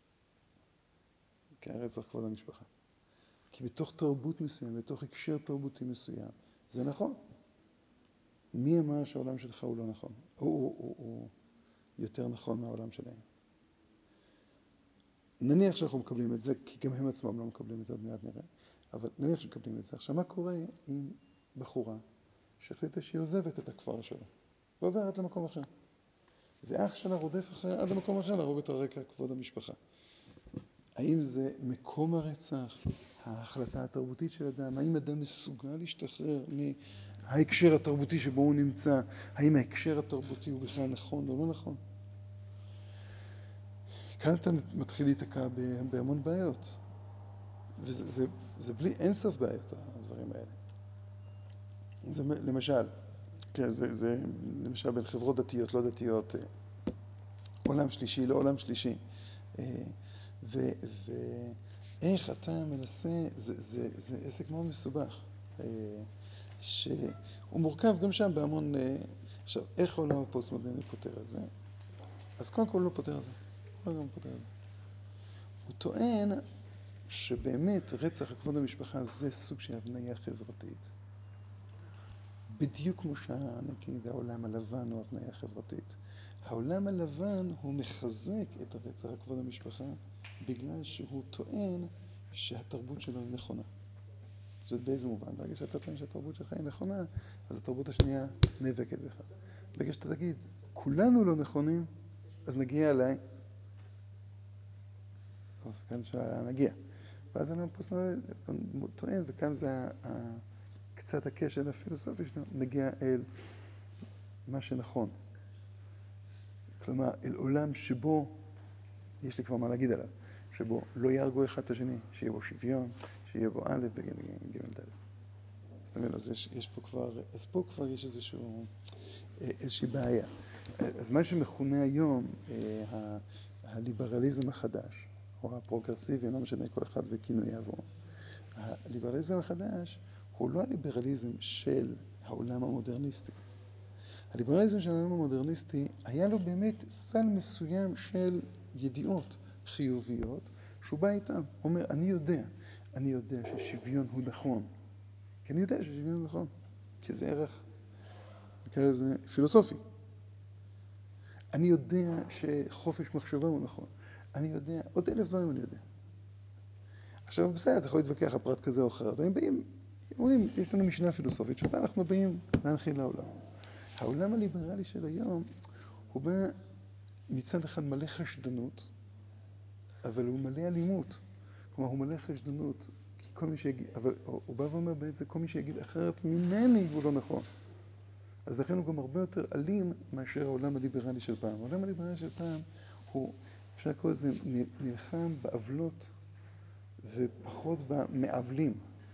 כי הרצח כבוד המשפחה. כי בתוך תרבות מסוים, בתוך הקשר תרבותי מסוים, זה נכון. מי אמר שהעולם שלך הוא לא נכון? הוא יותר נכון מהעולם שלהם. נניח שאנחנו מקבלים את זה, כי גם הם עצמם לא מקבלים את זה, עוד מעט נראה. אבל נניח שמקבלים את זה. עכשיו, מה קורה עם בחורה שהחליטה שהיא עוזבת את הכפר שלה ועוברת למקום אחר? ואח שלה רודף אחרי עד למקום אחר להרוג את הרקע כבוד המשפחה. האם זה מקום הרצח, ההחלטה התרבותית של אדם? האם אדם מסוגל להשתחרר מההקשר התרבותי שבו הוא נמצא? האם ההקשר התרבותי הוא בכלל נכון או לא נכון? כאן אתה מתחיל להתעקע בהמון בעיות. וזה בלי אינסוף בעיות, הדברים האלה. זה למשל, כן, זה למשל בין חברות דתיות, לא דתיות, עולם שלישי, לא עולם שלישי. ואיך אתה מנסה, זה עסק מאוד מסובך, שהוא מורכב גם שם בהמון, עכשיו, איך העולם הפוסט-מודרני פותר את זה? אז קודם כל לא פותר את זה. לא פותר את זה. הוא טוען שבאמת רצח כבוד המשפחה זה סוג של הבניה חברתית. בדיוק כמו שנגיד העולם הלבן הוא הבניה חברתית. העולם הלבן הוא מחזק את הרצח כבוד המשפחה בגלל שהוא טוען שהתרבות שלו היא נכונה. זאת אומרת, באיזה מובן? ברגע שאתה טוען שהתרבות שלך היא נכונה, אז התרבות השנייה נאבקת בך. ברגע שאתה תגיד, כולנו לא נכונים, אז נגיע אליי. טוב, כאן שנגיע. ואז אני טוען, וכאן זה קצת הקשר הפילוסופי שלנו, נגיע אל מה שנכון. כלומר, אל עולם שבו, יש לי כבר מה להגיד עליו, שבו לא יהרגו אחד את השני, שיהיה בו שוויון, שיהיה בו א' וג' ד'. זאת אומרת, אז פה כבר יש איזושהי בעיה. אז מה שמכונה היום הליברליזם החדש, או הפרוגרסיבי, לא משנה כל אחד וכינוי יעבור. הליברליזם החדש הוא לא הליברליזם של העולם המודרניסטי. הליברליזם של העולם המודרניסטי היה לו באמת סל מסוים של ידיעות חיוביות, שהוא בא איתם. הוא אומר, אני יודע ששוויון הוא נכון. כי אני יודע ששוויון הוא נכון. כי זה ערך, זה פילוסופי. אני יודע שחופש מחשבה הוא נכון. אני יודע, עוד 1000 דברים אני יודע. עכשיו, בסדר, אתה יכול להתווכח על פרט כזה או אחר, והם באים, אומרים, יש לנו משנה פילוסופית, שאותה אנחנו באים להנחיל לעולם. העולם הליברלי של היום, הוא בא מצד אחד מלא חשדנות, אבל הוא מלא אלימות. כלומר, הוא מלא חשדנות, כי כל מי שיגיד, אבל הוא בא ואומר בעצם, כל מי שיגיד אחרת ממני הוא לא נכון. אז לכן הוא גם הרבה יותר אלים מאשר העולם הליברלי של פעם. העולם הליברלי של פעם הוא, אפשר לקרוא לזה, נלחם בעוולות ופחות במעוולים.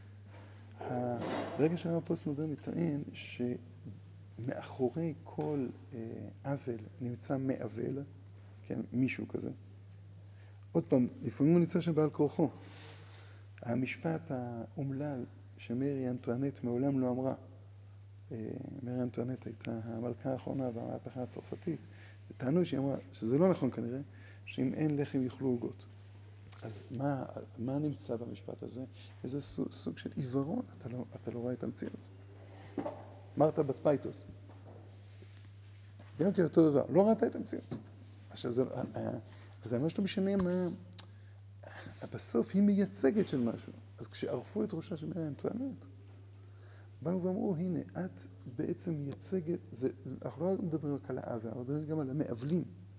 ברגע שהעולם הפוסט-מודרני טוען שמאחורי כל עוול נמצא מעוול, כן, מישהו כזה. עוד פעם, לפעמים הוא נמצא שבעל כורחו. המשפט האומלל שמרי אנטואנט מעולם לא אמרה, מרי אנטואנט הייתה המלכה האחרונה במהפכה הצרפתית, וטענו שהיא אמרה, שזה לא נכון כנראה, שאם אין לחם יאכלו עוגות. אז מה נמצא במשפט הזה? איזה סוג של עיוורון, אתה לא רואה את המציאות. מרתה בת פייטוס. גם כאותו דבר, לא ראתה את המציאות. עכשיו, זה ממש לא משנה מה, בסוף היא מייצגת של משהו. אז כשערפו את ראשה של מרי אנטואנט, באו ואמרו, הנה, את בעצם מייצגת, אנחנו לא מדברים רק על העוול, אנחנו מדברים גם על המעוולים.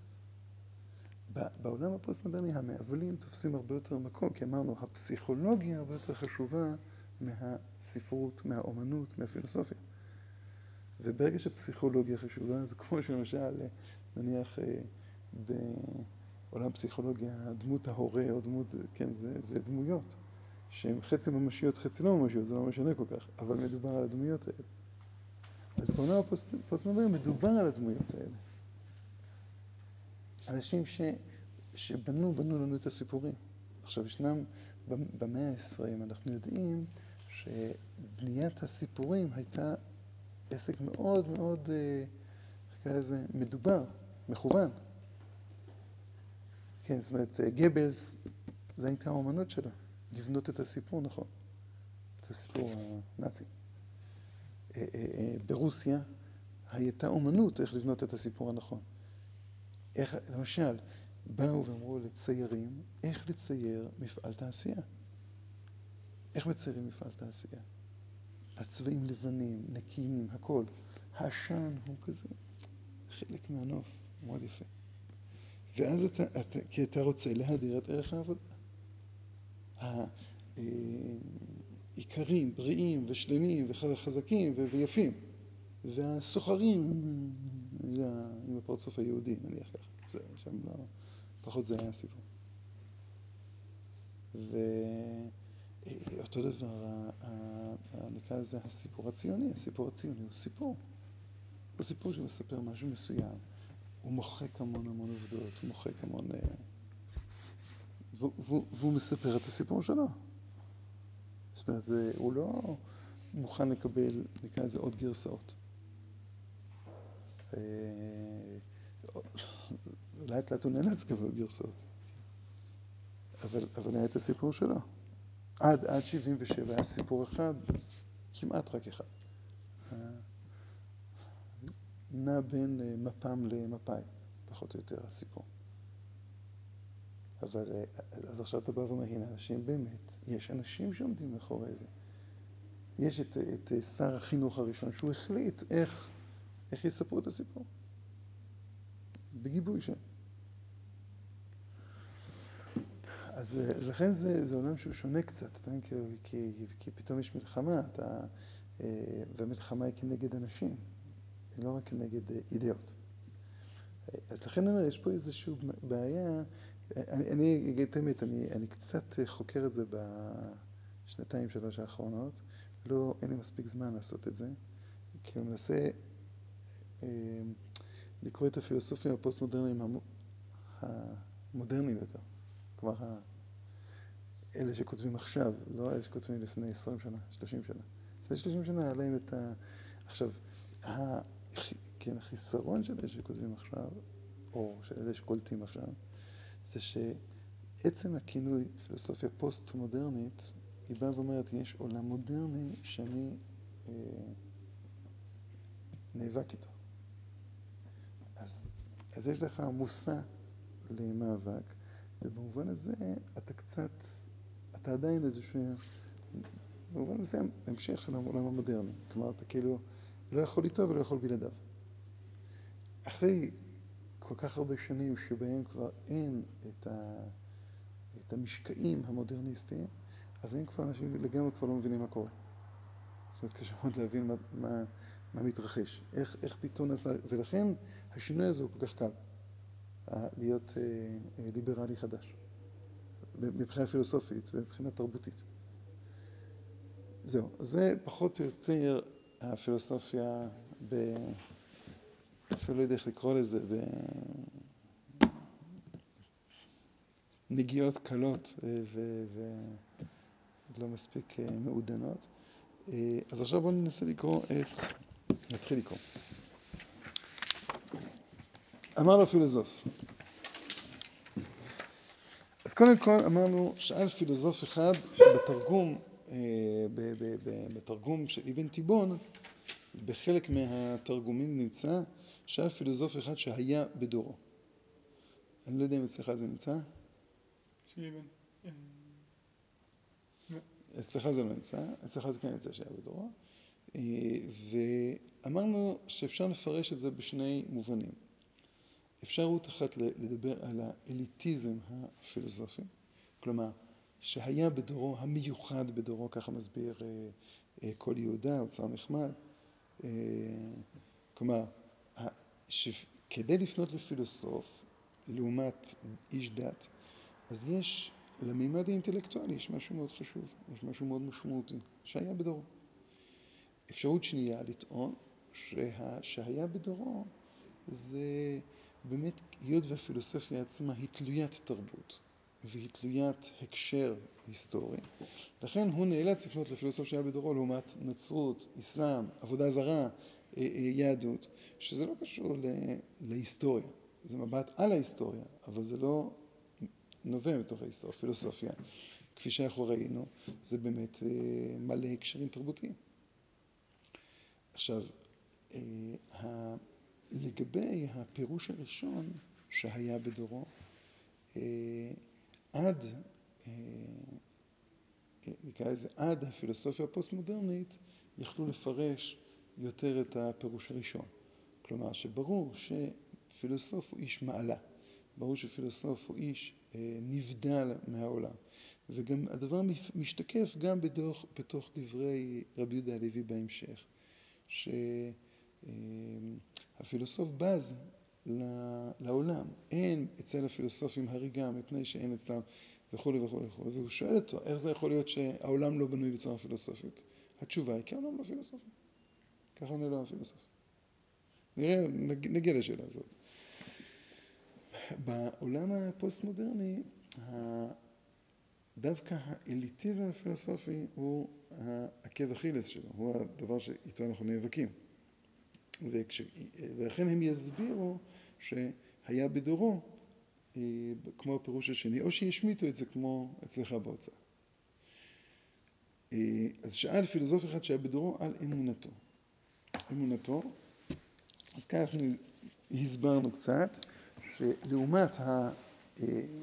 בעולם הפוסט-מודרני המעוולים תופסים הרבה יותר מקום, כי אמרנו, הפסיכולוגיה הרבה יותר חשובה מהספרות, מהאומנות, מהפילוסופיה. וברגע שפסיכולוגיה חשובה, זה כמו שלמשל, נניח בעולם פסיכולוגיה, דמות ההורה או דמות, כן, זה דמויות, שהן חצי ממשיות, חצי לא ממשיות, זה לא משנה כל כך, אבל מדובר על הדמויות האלה. אז בעולם הפוסט-מודרני מדובר על הדמויות האלה. אנשים שבנו לנו את הסיפורים. עכשיו, ישנם, במאה ה-20 אנחנו יודעים שבניית הסיפורים הייתה עסק מאוד מאוד כזה מדובר, מכוון. כן, זאת אומרת, גבלס, זו הייתה האומנות שלו, לבנות את הסיפור נכון, את הסיפור הנאצי. ברוסיה הייתה אומנות איך לבנות את הסיפור הנכון. איך, למשל, באו ואמרו לציירים, איך לצייר מפעל תעשייה. איך מציירים מפעל תעשייה? הצבעים לבנים, נקיים, הכל. העשן הוא כזה חלק מהנוף, מאוד יפה. ואז כי אתה רוצה להדיר את ערך העבודה. העיקרים, בריאים ושלמים וחזקים ויפים. והסוחרים עם הפרצוף היהודי, נניח ככה. שם לא, פחות זה היה הסיפור. ואותו דבר, נקרא לזה הסיפור הציוני. הסיפור הציוני הוא סיפור. הוא סיפור שמספר משהו מסוים. הוא מוחק המון עובדות, הוא מוחק המון... והוא מספר את הסיפור שלו. זאת אומרת, הוא לא מוכן לקבל, נקרא לזה עוד גרסאות. לאט לאט הוא נאלץ לקבל גרסאות. אבל היה את הסיפור שלו. עד 77 היה סיפור אחד, כמעט רק אחד. נע בין מפ"ם למפאי, פחות או יותר הסיפור. אבל אז עכשיו אתה בא ואומר, הנה אנשים באמת, יש אנשים שעומדים מאחורי זה. יש את שר החינוך הראשון, שהוא החליט איך יספרו את הסיפור. בגיבוי שם. אז לכן זה עולם שהוא שונה קצת, כי פתאום יש מלחמה, והמלחמה היא כנגד אנשים, היא לא רק כנגד אידאות. אז לכן אני אומר, יש פה איזושהי בעיה, אני אגיד את האמת, אני קצת חוקר את זה בשנתיים, 3 האחרונות, אין לי מספיק זמן לעשות את זה, כי אני מנסה לקרוא את הפילוסופים הפוסט-מודרניים המודרניים יותר. כלומר, אלה שכותבים עכשיו, לא אלה שכותבים לפני 20 שנה, 30 שנה. לפני 30 שנה היה להם את עכשיו, כן, החיסרון של אלה שכותבים עכשיו, או של אלה שקולטים עכשיו, זה שעצם הכינוי פילוסופיה פוסט-מודרנית, היא באה ואומרת, יש עולם מודרני שאני נאבק איתו. אז יש לך מושא למאבק, ובמובן הזה אתה עדיין איזשהו, במובן מסוים, המשך של העולם המודרני. כלומר, אתה כאילו לא יכול איתו ולא יכול בלעדיו. אחרי כל כך הרבה שנים שבהם כבר אין את המשקעים המודרניסטיים, אז הם כבר אנשים לגמרי כבר לא מבינים מה קורה. זאת אומרת, קשה מאוד להבין מה מתרחש. איך פתאום נעשה, ולכן השינוי הזה הוא כל כך קל. להיות ליברלי חדש. מבחינה פילוסופית ומבחינה תרבותית. זהו, זה פחות או יותר הפילוסופיה אפילו לא יודע איך לקרוא לזה, בנגיעות קלות ולא מספיק מעודנות. אז עכשיו בואו ננסה נתחיל לקרוא. אמר לו פילוסוף. אז קודם כל אמרנו, שאל פילוסוף אחד שבתרגום, בתרגום של אבן תיבון, בחלק מהתרגומים נמצא, שאל פילוסוף אחד שהיה בדורו. אני לא יודע אם אצלך זה נמצא. אצלך זה לא נמצא, אצלך זה כן נמצא שהיה בדורו. ואמרנו שאפשר לפרש את זה בשני מובנים. אפשרות אחת לדבר על האליטיזם הפילוסופי, כלומר, שהיה בדורו, המיוחד בדורו, ככה מסביר כל יהודה, אוצר נחמד. כלומר, כדי לפנות לפילוסוף, לעומת איש דת, אז יש, למימד האינטלקטואלי, יש משהו מאוד חשוב, יש משהו מאוד משמעותי, שהיה בדורו. אפשרות שנייה לטעון שהיה בדורו, זה באמת, היות והפילוסופיה עצמה היא תלוית תרבות, והיא תלוית הקשר היסטורי, לכן הוא נאלץ לפנות לפילוסוף שהיה בדורו, לעומת נצרות, אסלאם, עבודה זרה, יהדות, שזה לא קשור להיסטוריה. זה מבט על ההיסטוריה, אבל זה לא נובע מתוך ההיסטוריה. פילוסופיה, כפי שאנחנו ראינו, זה באמת מלא הקשרים תרבותיים. עכשיו, לגבי הפירוש הראשון שהיה בדורו, עד הפילוסופיה הפוסט-מודרנית יכלו לפרש יותר את הפירוש הראשון. כלומר, שברור שפילוסוף הוא איש מעלה, ברור שפילוסוף הוא איש נבדל מהעולם. וגם הדבר משתקף גם בתוך דברי רבי יהודה הלוי בהמשך, שהפילוסוף בז לעולם. אין אצל הפילוסופים הריגה מפני שאין אצלם וכו' וכו' וכו'. והוא שואל אותו, איך זה יכול להיות שהעולם לא בנוי בצורה פילוסופית? התשובה היא, כי העולם לא פילוסופי. ככה אני לא הפילוסוף. נגיע לשאלה הזאת. בעולם הפוסט-מודרני, דווקא האליטיזם הפילוסופי הוא העקב אכילס שלו, הוא הדבר שאיתו אנחנו נאבקים. ולכן הם יסבירו שהיה בדורו, כמו הפירוש השני, או שישמיטו את זה כמו אצלך בהוצאה. אז שאל פילוסוף אחד שהיה בדורו על אמונתו. אמונתו, אז כאן אנחנו הסברנו קצת, שלעומת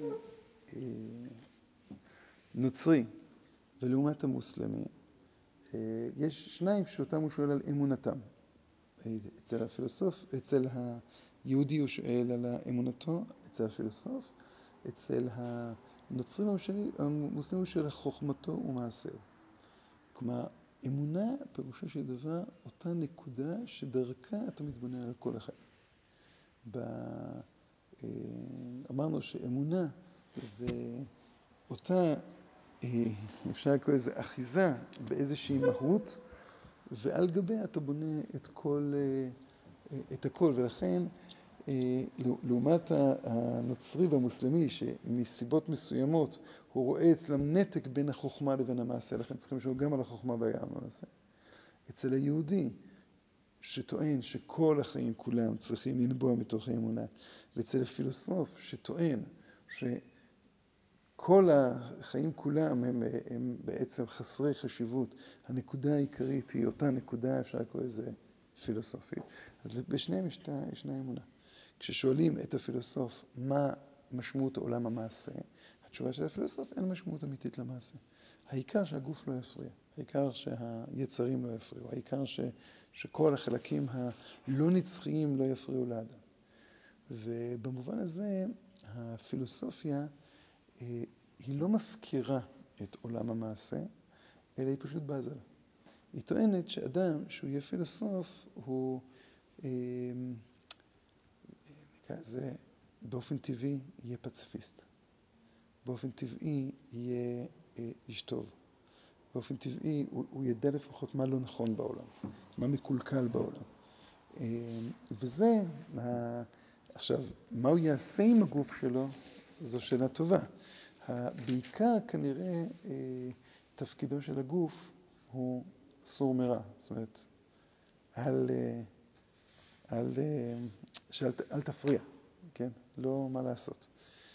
הנוצרי ולעומת המוסלמי, יש שניים שאותם הוא שואל על אמונתם. אצל הפילוסוף, אצל היהודי הוא שואל על אמונתו, אצל הפילוסוף, אצל הנוצרים המוסלמים הוא שואל על חוכמתו ומעשהו. כלומר, אמונה פירושו של דבר אותה נקודה שדרכה אתה מתבונן על כל החיים. אמרנו שאמונה זה אותה, אפשר לקרוא איזה אחיזה באיזושהי מהות, ועל גביה אתה בונה את הכל, ולכן לעומת הנוצרי והמוסלמי שמסיבות מסוימות הוא רואה אצלם נתק בין החוכמה לבין המעשה, לכן צריכים לשאול גם על החוכמה וגם על המעשה. אצל היהודי שטוען שכל החיים כולם צריכים לנבוע מתוך האמונה, ואצל הפילוסוף שטוען שכל החיים כולם הם בעצם חסרי חשיבות, הנקודה העיקרית היא אותה נקודה, אפשר לקרוא לזה פילוסופית. אז בשניהם ישנה אמונה. כששואלים את הפילוסוף מה משמעות עולם המעשה, התשובה של הפילוסוף אין משמעות אמיתית למעשה. העיקר שהגוף לא יפריע, העיקר שהיצרים לא יפריעו, העיקר שכל החלקים הלא נצחיים לא יפריעו לאדם. ובמובן הזה הפילוסופיה היא לא מזכירה את עולם המעשה, אלא היא פשוט בזה לה. היא טוענת שאדם שהוא יהיה פילוסוף הוא זה באופן טבעי יהיה פציפיסט. באופן טבעי יהיה איש טוב. באופן טבעי הוא ידע לפחות מה לא נכון בעולם, מה מקולקל בעולם. וזה, עכשיו, מה הוא יעשה עם הגוף שלו, זו שאלה טובה. בעיקר כנראה תפקידו של הגוף הוא סור מרע. זאת אומרת, אל תפריע, כן? לא מה לעשות.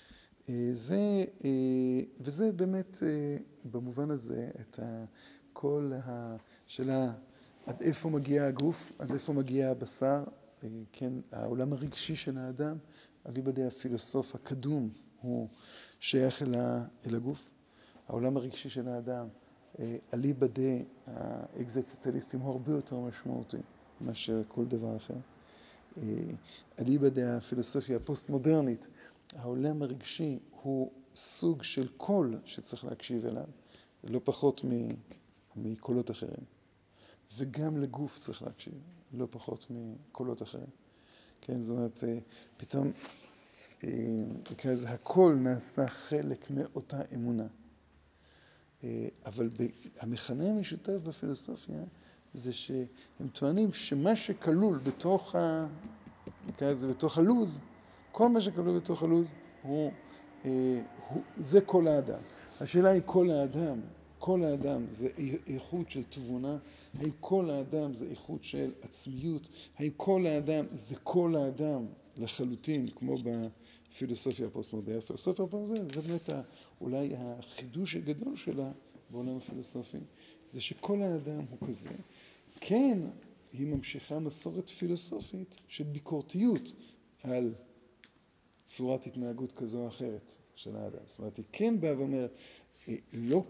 וזה באמת במובן הזה את כל השאלה עד איפה מגיע הגוף, עד איפה מגיע הבשר, כן? העולם הרגשי של האדם, אליבא הפילוסוף הקדום הוא שייך אל הגוף. העולם הרגשי של האדם, אליבא האקזיסטנציאליסטים הוא הרבה יותר משמעותי מאשר כל דבר אחר. אליבא הפילוסופיה הפוסט-מודרנית, העולם הרגשי הוא סוג של קול שצריך להקשיב אליו, לא פחות מקולות אחרים. וגם לגוף צריך להקשיב, לא פחות מקולות אחרים. כן, זאת אומרת, פתאום הכל נעשה חלק מאותה אמונה. אבל המכנה המשותף בפילוסופיה זה שהם טוענים שמה שכלול בתוך הלוז, כל מה שכלול בתוך הלוז זה כל האדם. השאלה היא כל האדם זה איכות של תבונה, האם כל האדם זה איכות של עצמיות, האם כל האדם זה כל האדם לחלוטין, כמו בפילוסופיה הפוסט-מודרנית. הפילוסופיה הפוסט-מודרנית זה באמת אולי החידוש הגדול שלה בעולם הפילוסופי, זה שכל האדם הוא כזה. כן, היא ממשיכה מסורת פילוסופית של ביקורתיות על צורת התנהגות כזו או אחרת של האדם. זאת אומרת, היא כן באה ואומרת, לא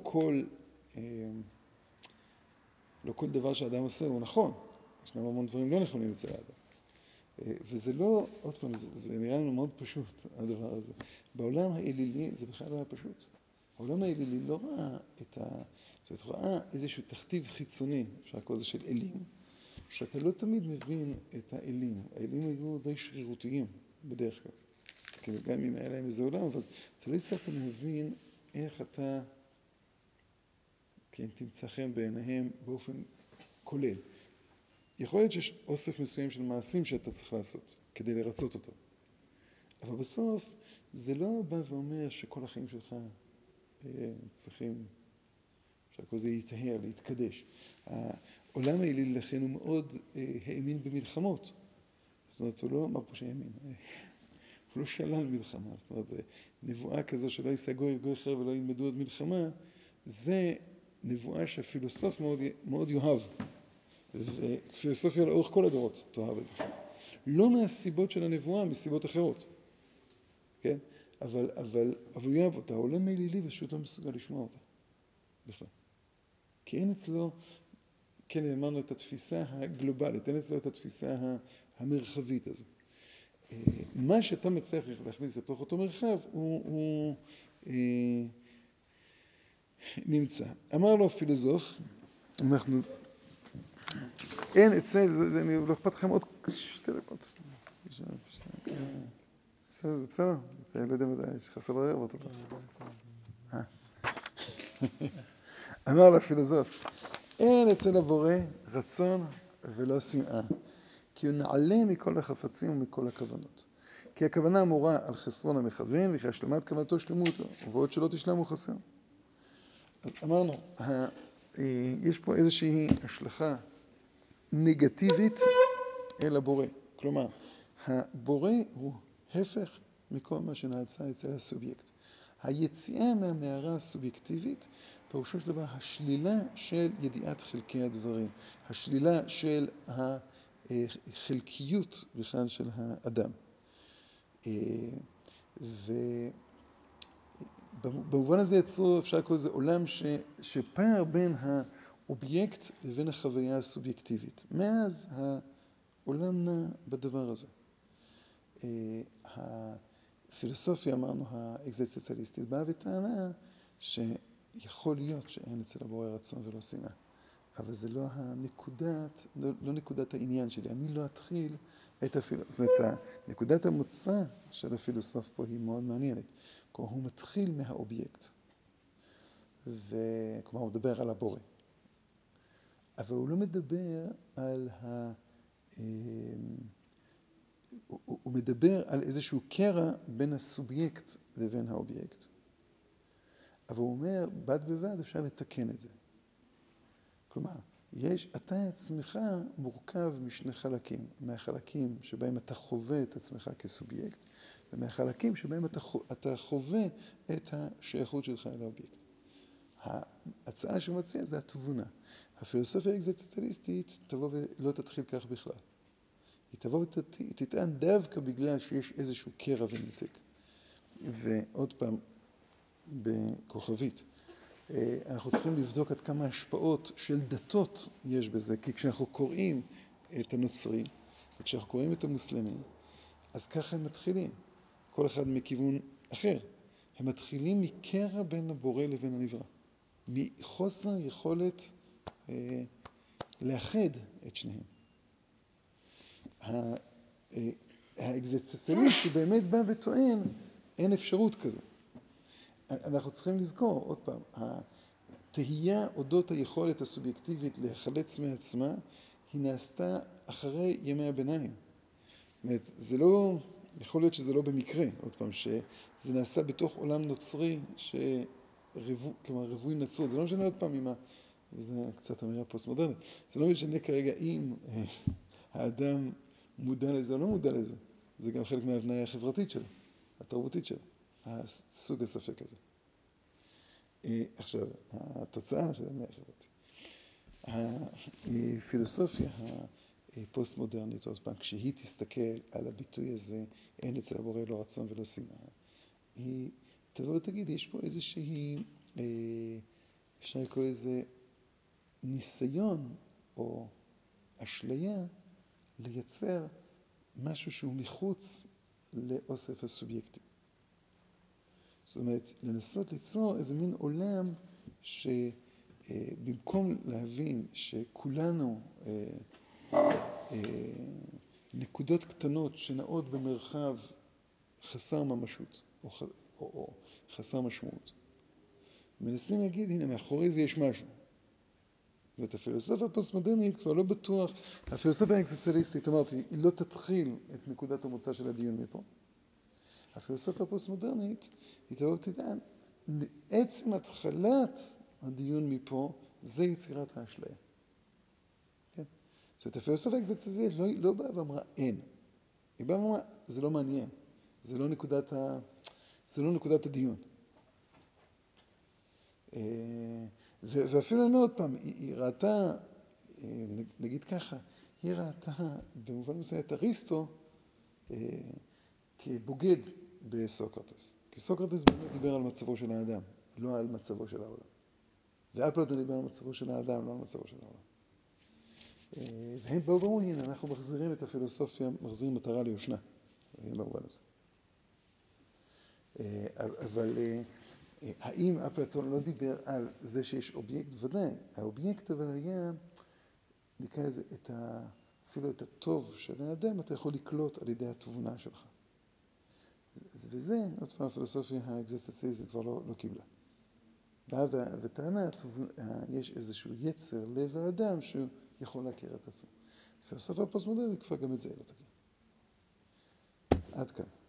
כל דבר שהאדם עושה הוא נכון. ישנם המון דברים לא נכונים אצל האדם. וזה לא, עוד פעם, זה נראה לנו מאוד פשוט, הדבר הזה. בעולם האלילי זה בכלל לא היה פשוט. העולם האלילי לא ראה זאת ראה איזשהו תכתיב חיצוני, אפשר לקרוא זה של אלים, שאתה לא תמיד מבין את האלים. האלים היו די שרירותיים בדרך כלל. כאילו גם אם היה להם איזה עולם, אבל אתה לא הצלחת להבין איך אתה תמצא חן בעיניהם באופן כולל. יכול להיות שיש אוסף מסוים של מעשים שאתה צריך לעשות כדי לרצות אותו. אבל בסוף זה לא בא ואומר שכל החיים שלך צריכים, שהכל זה יתהר, להתקדש. העולם האלילי לכן הוא מאוד האמין במלחמות. זאת אומרת, הוא לא אמר פה שהאמין. הוא לא שלל מלחמה. זאת אומרת, נבואה כזו שלא יישא גוי אחר ולא ילמדו עוד מלחמה, זה נבואה שהפילוסוף מאוד יאהב. ופילוסופיה לאורך כל הדורות תאהב את זה. לא מהסיבות של הנבואה, מסיבות אחרות. כן? אבל הוא יאהב אותה. העולם האלילי פשוט לא מסוגל לשמוע אותה. בכלל. כי אין אצלו כן, אמרנו את התפיסה הגלובלית, אין אצלו את התפיסה המרחבית הזו. מה שאתה מצליח להכניס לתוך אותו מרחב הוא נמצא. אמר לו הפילוסוף, אנחנו, אין אצל, אני לא אכפת לכם עוד 2 דקות. בסדר, בסדר? אני לא יודע מדי, יש לך סבבה רבות אותו. אמר לו הפילוסוף, אין אצל הבורא רצון ולא שנאה, כי הוא נעלה מכל החפצים ומכל הכוונות. כי הכוונה אמורה על חסרון המכוון, וכי השלמת כוונתו שלמות לו, ובעוד שלא תשלם הוא חסר. אז אמרנו, יש פה איזושהי השלכה נגטיבית אל הבורא. כלומר, הבורא הוא הפך מכל מה שנעשה אצל הסובייקט. היציאה מהמערה הסובייקטיבית, פירושו של דבר, השלילה של ידיעת חלקי הדברים, השלילה של החלקיות בכלל של האדם. ובמובן הזה יצרו, אפשר לקרוא לזה עולם שפער בין האובייקט לבין החוויה הסובייקטיבית. מאז העולם נע בדבר הזה. הפילוסופיה, אמרנו, האקזיסטנציאליסטית, באה וטענה שיכול להיות שאין אצל הבורא רצון ולא שנאה. אבל זה לא נקודת העניין שלי. אני לא אתחיל את הפילוסופיה. זאת אומרת, נקודת המוצא של הפילוסוף פה היא מאוד מעניינת. כלומר, הוא מתחיל מהאובייקט. כלומר, הוא מדבר על הבורא. אבל הוא לא מדבר על הוא מדבר על איזשהו קרע בין הסובייקט לבין האובייקט. אבל הוא אומר, בד בבד אפשר לתקן את זה. כלומר, אתה עצמך מורכב משני חלקים, מהחלקים שבהם אתה חווה את עצמך כסובייקט, ומהחלקים שבהם אתה חווה את השייכות שלך אל האובייקט. ההצעה שהוא מציע זה התבונה. הפילוסופיה האקזיסטנציאליסטית תבוא ולא תתחיל כך בכלל. היא תבוא ותטען דווקא בגלל שיש איזשהו קרע ונתק. ועוד פעם, בכוכבית, אנחנו צריכים לבדוק עד כמה השפעות של דתות יש בזה, כי כשאנחנו קוראים את הנוצרים, וכשאנחנו קוראים את המוסלמים, אז ככה הם מתחילים, כל אחד מכיוון אחר. הם מתחילים מקרע בין הבורא לבין הנברא, מחוסר יכולת לאחד את שניהם. האקזיסטנציאליסט שבאמת בא וטוען, אין אפשרות כזו. אנחנו צריכים לזכור, עוד פעם, התהייה אודות היכולת הסובייקטיבית להיחלץ מעצמה, היא נעשתה אחרי ימי הביניים. זאת אומרת, זה לא, יכול להיות שזה לא במקרה, עוד פעם, שזה נעשה בתוך עולם נוצרי, כלומר, רווי נצרות. זה לא משנה עוד פעם וזה קצת אמירה פוסט-מודרנית, זה לא משנה כרגע אם האדם מודע לזה או לא מודע לזה. זה גם חלק מההבניה החברתית שלו, התרבותית שלו, הסוג הספק הזה. עכשיו, התוצאה של ההבניה החברתית. הפילוסופיה הפוסט-מודרנית, עוד פעם, כשהיא תסתכל על הביטוי הזה, אין אצל הבורא לא רצון ולא שנאה, היא תבוא ותגיד, יש פה איזושהי, אפשר לקרוא איזה ניסיון או אשליה לייצר משהו שהוא מחוץ לאוסף הסובייקטים. זאת אומרת, לנסות ליצור איזה מין עולם שבמקום להבין שכולנו נקודות קטנות שנעות במרחב חסר ממשות או חסר משמעות, מנסים להגיד, הנה, מאחורי זה יש משהו. ואת הפילוסופיה הפוסט-מודרנית כבר לא בטוח, הפילוסופיה האקזיסטנציאליסטית, אמרתי, היא לא תתחיל את נקודת המוצא של הדיון מפה. הפילוסופיה הפוסט-מודרנית, היא תבוא ותטען, עצם התחלת הדיון מפה, זה יצירת האשליה. כן? זאת אומרת, הפילוסופיה האקזיסטנציאליסטית לא באה ואמרה, אין. היא באה ואמרה, זה לא מעניין. זה לא נקודת הדיון. ואפילו אני עוד פעם, היא ראתה, נגיד ככה, היא ראתה במובן מסוים את אריסטו כבוגד בסוקרטס. כי סוקרטס באמת דיבר על מצבו של האדם, לא על מצבו של העולם. ואפלטון דיבר על מצבו של האדם, לא על מצבו של העולם. והם באו ואמרו, הנה, אנחנו מחזירים את הפילוסופיה, מחזירים מטרה ליושנה, במובן הזה. אבל האם אפלטון לא דיבר על זה שיש אובייקט? ודאי, האובייקט אבל היה, נקרא לזה, אפילו את הטוב של האדם, אתה יכול לקלוט על ידי התבונה שלך. וזה, עוד פעם, הפילוסופיה האקזיסטנציאליסטית כבר לא קיבלה. באה וטענה, יש איזשהו יצר לב האדם שהוא יכול להכיר את עצמו. פילוסופיה הפוסט-מודרנית כבר גם את זה לא תגיד. עד כאן.